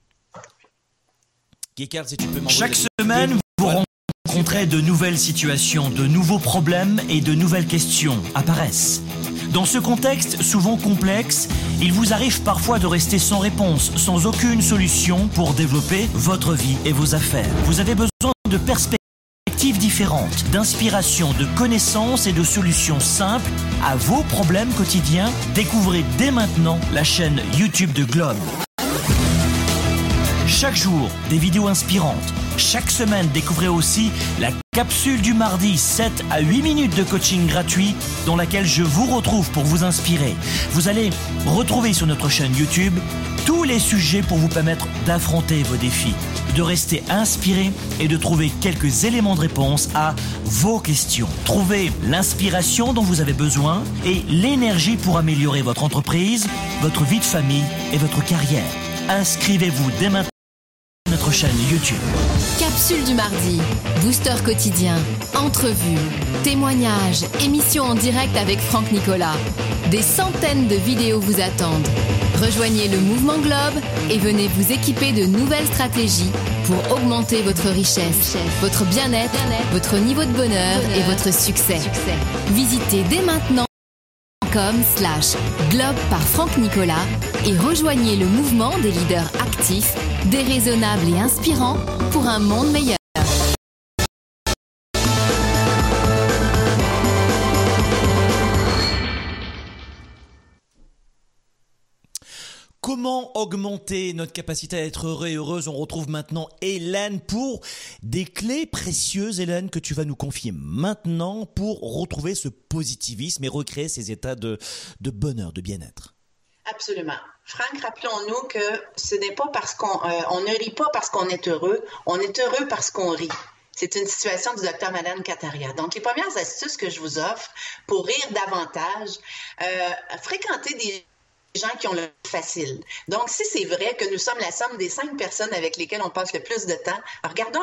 Guécard, si tu peux m'envoyer... Chaque semaine, vous rencontrez de nouvelles situations, de nouveaux problèmes et de nouvelles questions apparaissent. Dans ce contexte souvent complexe, il vous arrive parfois de rester sans réponse, sans aucune solution pour développer votre vie et vos affaires. Vous avez besoin de perspectives différentes, d'inspiration, de connaissances et de solutions simples à vos problèmes quotidiens. Découvrez dès maintenant la chaîne YouTube de Globe. Chaque jour, des vidéos inspirantes. Chaque semaine, découvrez aussi la capsule du mardi, 7 à 8 minutes de coaching gratuit dans laquelle je vous retrouve pour vous inspirer. Vous allez retrouver sur notre chaîne YouTube tous les sujets pour vous permettre d'affronter vos défis, de rester inspiré et de trouver quelques éléments de réponse à vos questions. Trouvez l'inspiration dont vous avez besoin et l'énergie pour améliorer votre entreprise, votre vie de famille et votre carrière. Inscrivez-vous dès maintenant à notre chaîne YouTube. Capsule du mardi, booster quotidien, entrevues, témoignages, émissions en direct avec Franck Nicolas. Des centaines de vidéos vous attendent. Rejoignez le mouvement Globe et venez vous équiper de nouvelles stratégies pour augmenter votre richesse, votre bien-être, votre niveau de bonheur et votre succès. Visitez dès maintenant globe par Franck Nicolas et rejoignez le mouvement des leaders actifs, déraisonnables et inspirants pour un monde meilleur. Comment augmenter notre capacité à être heureux et heureuse? On retrouve maintenant Hélène pour des clés précieuses, Hélène, que tu vas nous confier maintenant pour retrouver ce positivisme et recréer ces états de bonheur, de bien-être. Absolument. Franck, rappelons-nous que ce n'est pas parce qu'on ne rit pas parce qu'on est heureux, on est heureux parce qu'on rit. C'est une situation du Dr Madeleine Kataria. Donc, les premières astuces que je vous offre pour rire davantage, fréquenter des gens qui ont le facile. Donc, si c'est vrai que nous sommes la somme des 5 personnes avec lesquelles on passe le plus de temps, regardons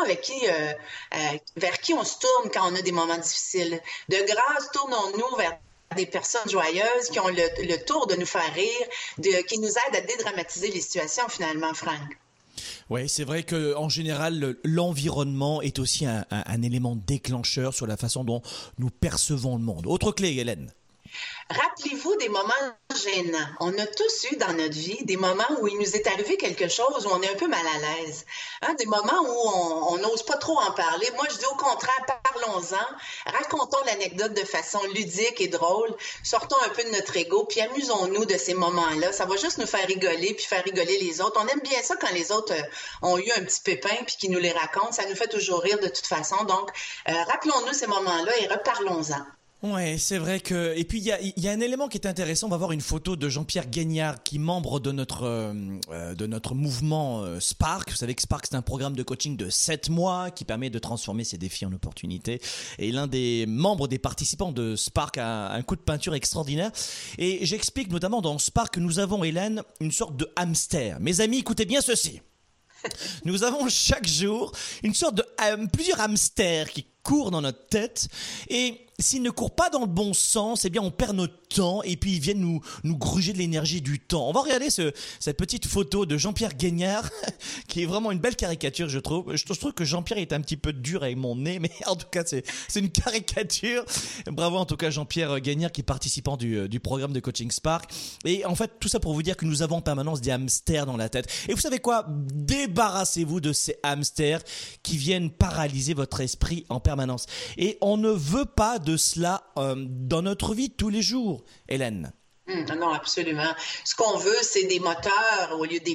vers qui on se tourne quand on a des moments difficiles. De grâce, tournons-nous vers des personnes joyeuses qui ont le tour de nous faire rire, qui nous aident à dédramatiser les situations finalement, Franck. Oui, c'est vrai qu'en général, l'environnement est aussi un élément déclencheur sur la façon dont nous percevons le monde. Autre clé, Hélène. Rappelez-vous des moments gênants. On a tous eu dans notre vie des moments où il nous est arrivé quelque chose où on est un peu mal à l'aise. Des moments où on n'ose pas trop en parler. Moi, je dis au contraire, parlons-en. Racontons l'anecdote de façon ludique et drôle. Sortons un peu de notre ego, puis amusons-nous de ces moments-là. Ça va juste nous faire rigoler, puis faire rigoler les autres. On aime bien ça quand les autres ont eu un petit pépin, puis qu'ils nous les racontent. Ça nous fait toujours rire de toute façon. Donc, rappelons-nous ces moments-là et reparlons-en. Ouais, c'est vrai que... Et puis, il y a un élément qui est intéressant. On va voir une photo de Jean-Pierre Gagnard, qui est membre de notre mouvement Spark. Vous savez que Spark, c'est un programme de coaching de 7 mois qui permet de transformer ses défis en opportunités. Et l'un des membres, des participants de Spark a un coup de peinture extraordinaire. Et j'explique notamment dans Spark que nous avons, Hélène, une sorte de hamster. Mes amis, écoutez bien ceci. Nous avons chaque jour une sorte de plusieurs hamsters qui courent dans notre tête et s'ils ne courent pas dans le bon sens, eh bien on perd notre temps et puis ils viennent nous gruger de l'énergie du temps. On va regarder cette petite photo de Jean-Pierre Gagnard qui est vraiment une belle caricature, je trouve. Je trouve que Jean-Pierre est un petit peu dur avec mon nez, mais en tout cas c'est une caricature. Bravo en tout cas Jean-Pierre Gagnard qui est participant du programme de coaching Spark. Et en fait tout ça pour vous dire que nous avons en permanence des hamsters dans la tête. Et vous savez quoi? Débarrassez-vous de ces hamsters qui viennent paralyser votre esprit en permanence. Et on ne veut pas de cela dans notre vie de tous les jours, Hélène. Non, absolument. Ce qu'on veut, c'est des moteurs au lieu des freins.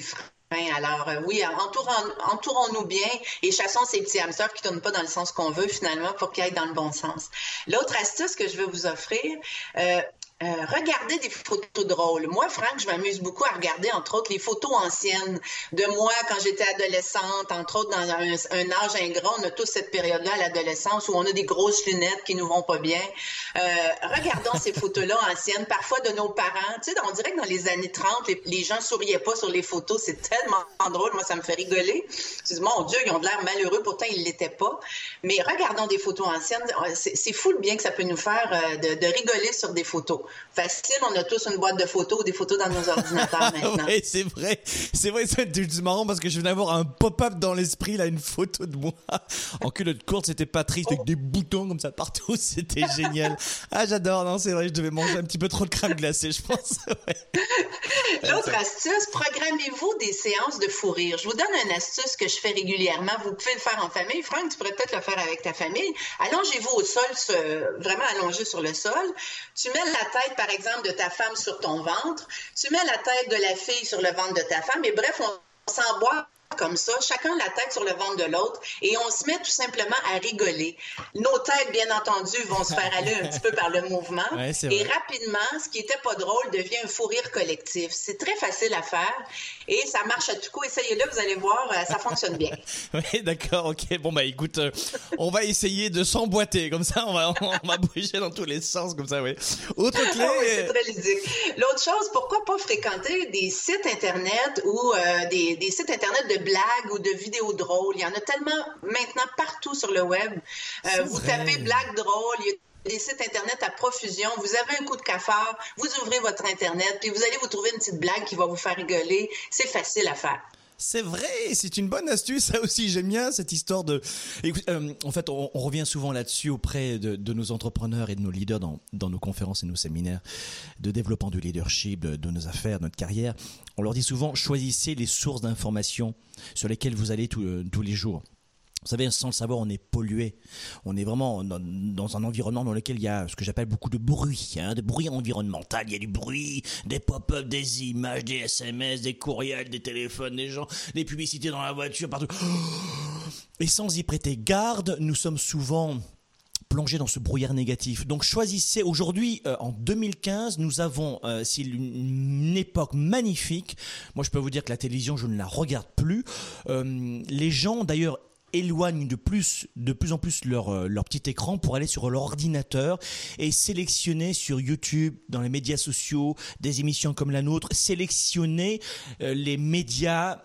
Alors, oui, entourons-nous bien et chassons ces petits hamsters qui ne tournent pas dans le sens qu'on veut, finalement, pour qu'ils aillent dans le bon sens. L'autre astuce que je veux vous offrir, regardez des photos drôles. Moi, Franck, je m'amuse beaucoup à regarder, entre autres, les photos anciennes de moi quand j'étais adolescente, entre autres, dans un âge ingrat. On a tous cette période-là à l'adolescence où on a des grosses lunettes qui nous vont pas bien. Regardons ces photos-là anciennes, parfois de nos parents. Tu sais, on dirait que dans les années 30, les gens souriaient pas sur les photos. C'est tellement drôle. Moi, ça me fait rigoler. Je dis, mon Dieu, ils ont de l'air malheureux. Pourtant, ils l'étaient pas. Mais regardons des photos anciennes. C'est fou le bien que ça peut nous faire de rigoler sur des photos. Facile, on a tous une boîte de photos ou des photos dans nos ordinateurs maintenant. Oui, c'est vrai, c'est marrant parce que je viens d'avoir un pop-up dans l'esprit, là, une photo de moi en culotte courte, c'était pas triste, avec des boutons comme ça partout, c'était génial. Ah, j'adore, non, c'est vrai, je devais manger un petit peu trop de crème glacée, je pense. Ouais. L'autre astuce, programmez-vous des séances de fou rire. Je vous donne une astuce que je fais régulièrement, vous pouvez le faire en famille. Franck, tu pourrais peut-être le faire avec ta famille. Allongez-vous au sol, vraiment allongé sur le sol. Tu mets la tête, par exemple, de ta femme sur ton ventre. Tu mets la tête de la fille sur le ventre de ta femme. Et bref, on s'emboîte comme ça, chacun la tête sur le ventre de l'autre, et on se met tout simplement à rigoler. Nos têtes, bien entendu, vont se faire aller un petit peu par le mouvement, ouais, et rapidement, ce qui était pas drôle devient un fou rire collectif. C'est très facile à faire, et ça marche à tout coup. Essayez-le, vous allez voir, ça fonctionne bien. Oui, d'accord, ok. Bon, bah écoute, on va essayer de s'emboîter, comme ça, on va bouger dans tous les sens, comme ça, oui. Autre clé... Oui, c'est très ludique. L'autre chose, pourquoi pas fréquenter des sites Internet ou des sites Internet de blagues ou de vidéos drôles. Il y en a tellement maintenant partout sur le web. Vous tapez blagues drôles, il y a des sites Internet à profusion. Vous avez un coup de cafard, vous ouvrez votre Internet, puis vous allez vous trouver une petite blague qui va vous faire rigoler. C'est facile à faire. C'est vrai, c'est une bonne astuce, ça aussi, j'aime bien cette histoire de... Écoute, en fait, on revient souvent là-dessus auprès de nos entrepreneurs et de nos leaders dans nos conférences et nos séminaires de développement du leadership, de nos affaires, de notre carrière. On leur dit souvent, choisissez les sources d'informations sur lesquelles vous allez tous les jours. Vous savez, sans le savoir, on est pollué. On est vraiment dans un environnement dans lequel il y a ce que j'appelle beaucoup de bruit, de bruit environnemental. Il y a du bruit, des pop-up, des images, des SMS, des courriels, des téléphones, des gens, des publicités dans la voiture, partout. Et sans y prêter garde, nous sommes souvent plongés dans ce brouillard négatif. Donc choisissez, aujourd'hui, en 2015, nous avons, c'est une époque magnifique. Moi, je peux vous dire que la télévision, je ne la regarde plus. Les gens, d'ailleurs, éloignent de plus en plus leur petit écran pour aller sur leur ordinateur et sélectionner sur YouTube, dans les médias sociaux, des émissions comme la nôtre, sélectionner les médias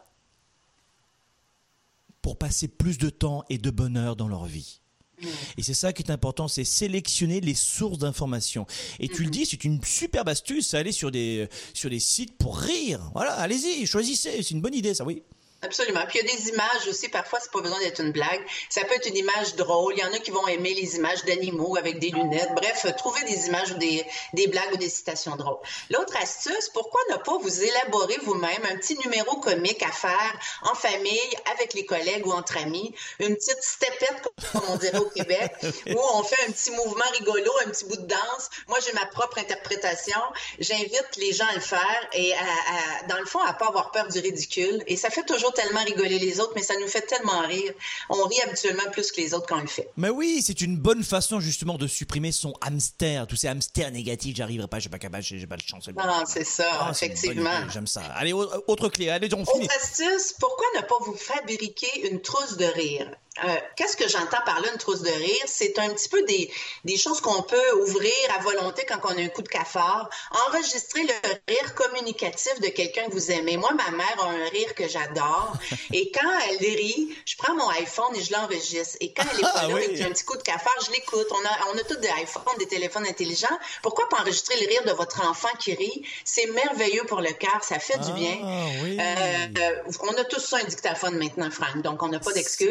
pour passer plus de temps et de bonheur dans leur vie. Et c'est ça qui est important, c'est sélectionner les sources d'informations. Et tu le dis, c'est une superbe astuce, aller sur des sites pour rire. Voilà, allez-y, choisissez, c'est une bonne idée ça, oui. Absolument. Puis il y a des images aussi, parfois c'est pas besoin d'être une blague. Ça peut être une image drôle. Il y en a qui vont aimer les images d'animaux avec des lunettes. Bref, trouvez des images ou des blagues ou des citations drôles. L'autre astuce, pourquoi ne pas vous élaborer vous-même un petit numéro comique à faire en famille, avec les collègues ou entre amis, une petite stepette, comme on dirait au Québec, où on fait un petit mouvement rigolo, un petit bout de danse. Moi, j'ai ma propre interprétation. J'invite les gens à le faire et dans le fond, à pas avoir peur du ridicule. Et ça fait toujours tellement rigoler les autres, mais ça nous fait tellement rire. On rit habituellement plus que les autres quand on le fait. Mais oui, c'est une bonne façon justement de supprimer son hamster, tous ces hamsters négatifs, j'arriverai pas, j'ai pas capable, j'ai pas de chance. Non, c'est ça, effectivement. J'aime ça. Allez, autre clé, allez, on finit. Autre astuce, pourquoi ne pas vous fabriquer une trousse de rire? Qu'est-ce que j'entends par là, une trousse de rire? C'est un petit peu des choses qu'on peut ouvrir à volonté quand on a un coup de cafard. Enregistrer le rire communicatif de quelqu'un que vous aimez. Moi, ma mère a un rire que j'adore. Et quand elle rit, je prends mon iPhone et je l'enregistre. Et quand elle est pas là et que j'ai un petit coup de cafard, je l'écoute. On a tous des iPhones, des téléphones intelligents. Pourquoi pas enregistrer le rire de votre enfant qui rit? C'est merveilleux pour le cœur. Ça fait du bien. Oui. On a tous ça, un dictaphone maintenant, Franck. Donc, on n'a pas d'excuses.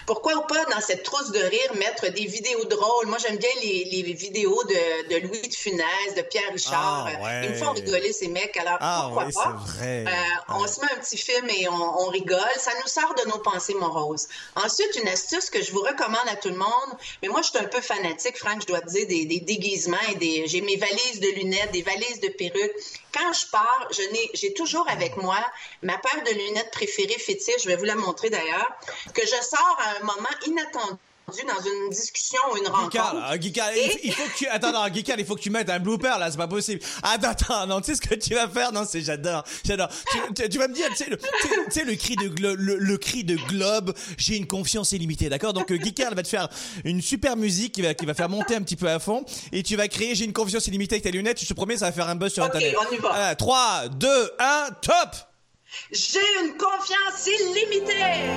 Pourquoi pas, dans cette trousse de rire, mettre des vidéos drôles? Moi, j'aime bien les vidéos de Louis de Funès, de Pierre Richard. Ils me font rigoler, ces mecs. Alors, pourquoi pas? C'est vrai. On se met un petit film et on rigole. Ça nous sort de nos pensées moroses. Ensuite, une astuce que je vous recommande à tout le monde, mais moi, je suis un peu fanatique, Franck, je dois te dire, des déguisements et j'ai mes valises de lunettes, des valises de perruques. Quand je pars, j'ai toujours avec moi ma paire de lunettes préférées fétiches, je vais vous la montrer d'ailleurs, que je sors à un moment inattendu dans une discussion ou une rencontre. Guical, il faut que tu... Attends, Guical, il faut que tu mettes un blooper, là, c'est pas possible. Attends, non, tu sais ce que tu vas faire? Non, j'adore. Tu vas me dire, tu sais, le cri de Globe, j'ai une confiance illimitée, d'accord? Donc, Guical va te faire une super musique qui va faire monter un petit peu à fond, et tu vas crier, j'ai une confiance illimitée avec tes lunettes, je te promets, ça va faire un buzz sur Internet. Ok, on y va. 3, 2, 1, top! J'ai une confiance illimitée!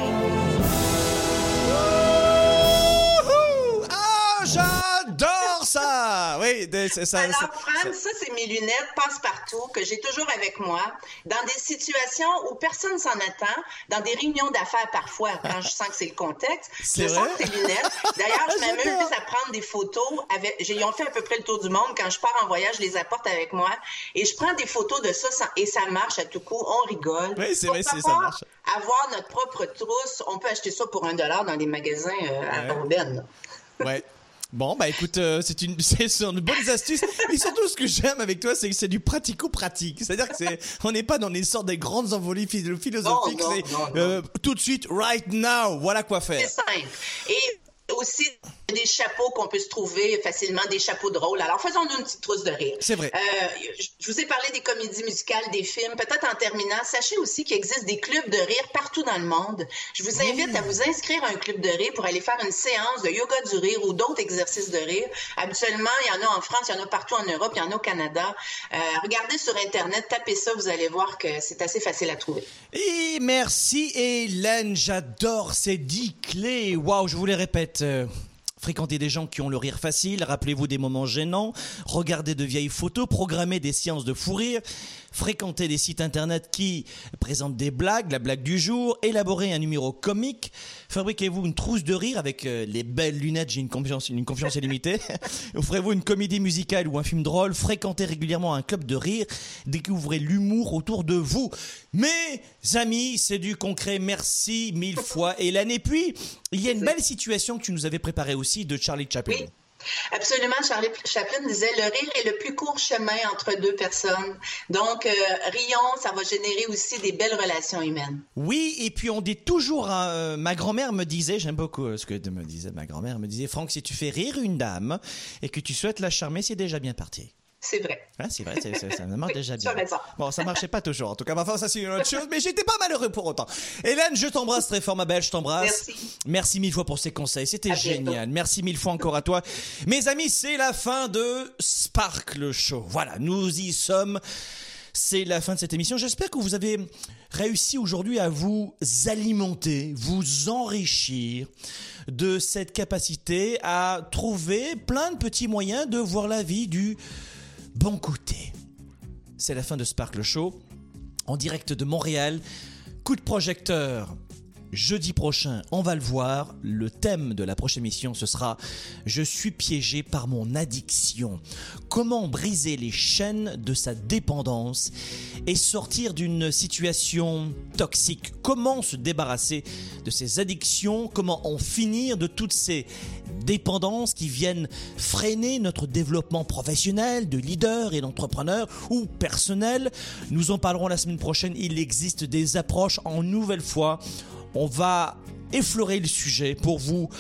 J'adore ça! Oui, c'est ça. Alors, Franck, ça, c'est mes lunettes passe-partout que j'ai toujours avec moi dans des situations où personne s'en attend, dans des réunions d'affaires parfois, quand je sens que c'est le contexte. C'est je vrai? sens ces lunettes. D'ailleurs, je m'amuse à prendre des photos. Ils ont fait à peu près le tour du monde. Quand je pars en voyage, je les apporte avec moi et je prends des photos de ça et ça marche à tout coup. On rigole. Oui, c'est vrai, ça marche. Avoir notre propre trousse, on peut acheter ça pour $1 dans des magasins à urbaine. Ouais. Bon, bah écoute, c'est une bonne astuce. Et surtout, ce que j'aime avec toi, c'est que c'est du pratico-pratique. C'est-à-dire que on n'est pas dans les sortes des grandes envolées philosophiques. Non. Tout de suite, right now, voilà quoi faire. C'est simple. Et aussi des chapeaux qu'on peut se trouver facilement, des chapeaux drôles. Alors, faisons-nous une petite trousse de rire. C'est vrai. Je vous ai parlé des comédies musicales, des films. Peut-être en terminant, sachez aussi qu'il existe des clubs de rire partout dans le monde. Je vous invite à vous inscrire à un club de rire pour aller faire une séance de yoga du rire ou d'autres exercices de rire. Habituellement, il y en a en France, il y en a partout en Europe, il y en a au Canada. Regardez sur Internet, tapez ça, vous allez voir que c'est assez facile à trouver. Et merci Hélène, j'adore ces 10 clés. Waouh, je vous les répète. Fréquentez des gens qui ont le rire facile, rappelez-vous des moments gênants, regardez de vieilles photos, programmez des séances de fou rire, fréquentez des sites internet qui présentent des blagues, la blague du jour, élaborez un numéro comique, fabriquez-vous une trousse de rire avec les belles lunettes, j'ai une confiance illimitée, offrez-vous une comédie musicale ou un film drôle, fréquentez régulièrement un club de rire, découvrez l'humour autour de vous. Mes amis, c'est du concret, merci 1000 fois Hélène. Et puis, il y a une belle situation que tu nous avais préparée aussi de Charlie Chaplin. Oui. Absolument, Charlie Chaplin disait « Le rire est le plus court chemin entre deux personnes. » Donc, rions, ça va générer aussi des belles relations humaines. Oui, et puis on dit toujours, ma grand-mère me disait, j'aime beaucoup ce que me disait ma grand-mère, me disait « Franck, si tu fais rire une dame et que tu souhaites la charmer, c'est déjà bien parti. » C'est vrai. Ah, c'est vrai, ça marche déjà bien. Tu as raison. Bon, ça marchait pas toujours. En tout cas, enfin, ça c'est une autre chose, mais j'étais pas malheureux pour autant. Hélène, je t'embrasse très fort, ma belle, je t'embrasse. Merci 1000 fois pour ces conseils, c'était génial. Merci 1000 fois encore à toi. Mes amis, c'est la fin de Sparkle Show. Voilà, nous y sommes. C'est la fin de cette émission. J'espère que vous avez réussi aujourd'hui à vous alimenter, vous enrichir de cette capacité à trouver plein de petits moyens de voir la vie du bon côté. C'est la fin de Sparkle Show, en direct de Montréal. Coup de projecteur. Jeudi prochain, on va le voir. Le thème de la prochaine émission, ce sera « Je suis piégé par mon addiction ». Comment briser les chaînes de sa dépendance et sortir d'une situation toxique. Comment se débarrasser de ses addictions. Comment en finir de toutes ces dépendances qui viennent freiner notre développement professionnel, de leader et d'entrepreneur ou personnel. Nous en parlerons la semaine prochaine. Il existe des approches en nouvelle fois. On va effleurer le sujet pour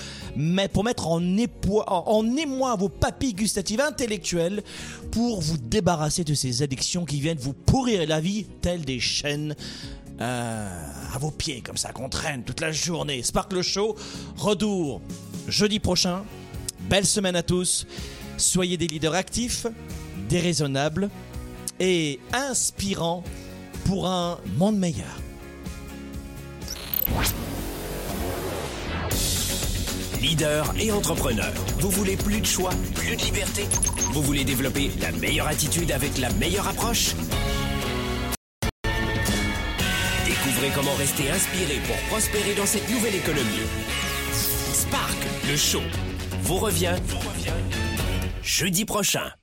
mettre en émoi vos papilles gustatives intellectuelles pour vous débarrasser de ces addictions qui viennent vous pourrir la vie telles des chaînes à vos pieds comme ça qu'on traîne toute la journée. Sparkle Show, retour jeudi prochain. Belle semaine à tous. Soyez des leaders actifs, déraisonnables et inspirants pour un monde meilleur. Leader et entrepreneur, vous voulez plus de choix, plus de liberté? Vous voulez développer la meilleure attitude avec la meilleure approche? Découvrez comment rester inspiré pour prospérer dans cette nouvelle économie. Spark, le show, vous revient jeudi prochain.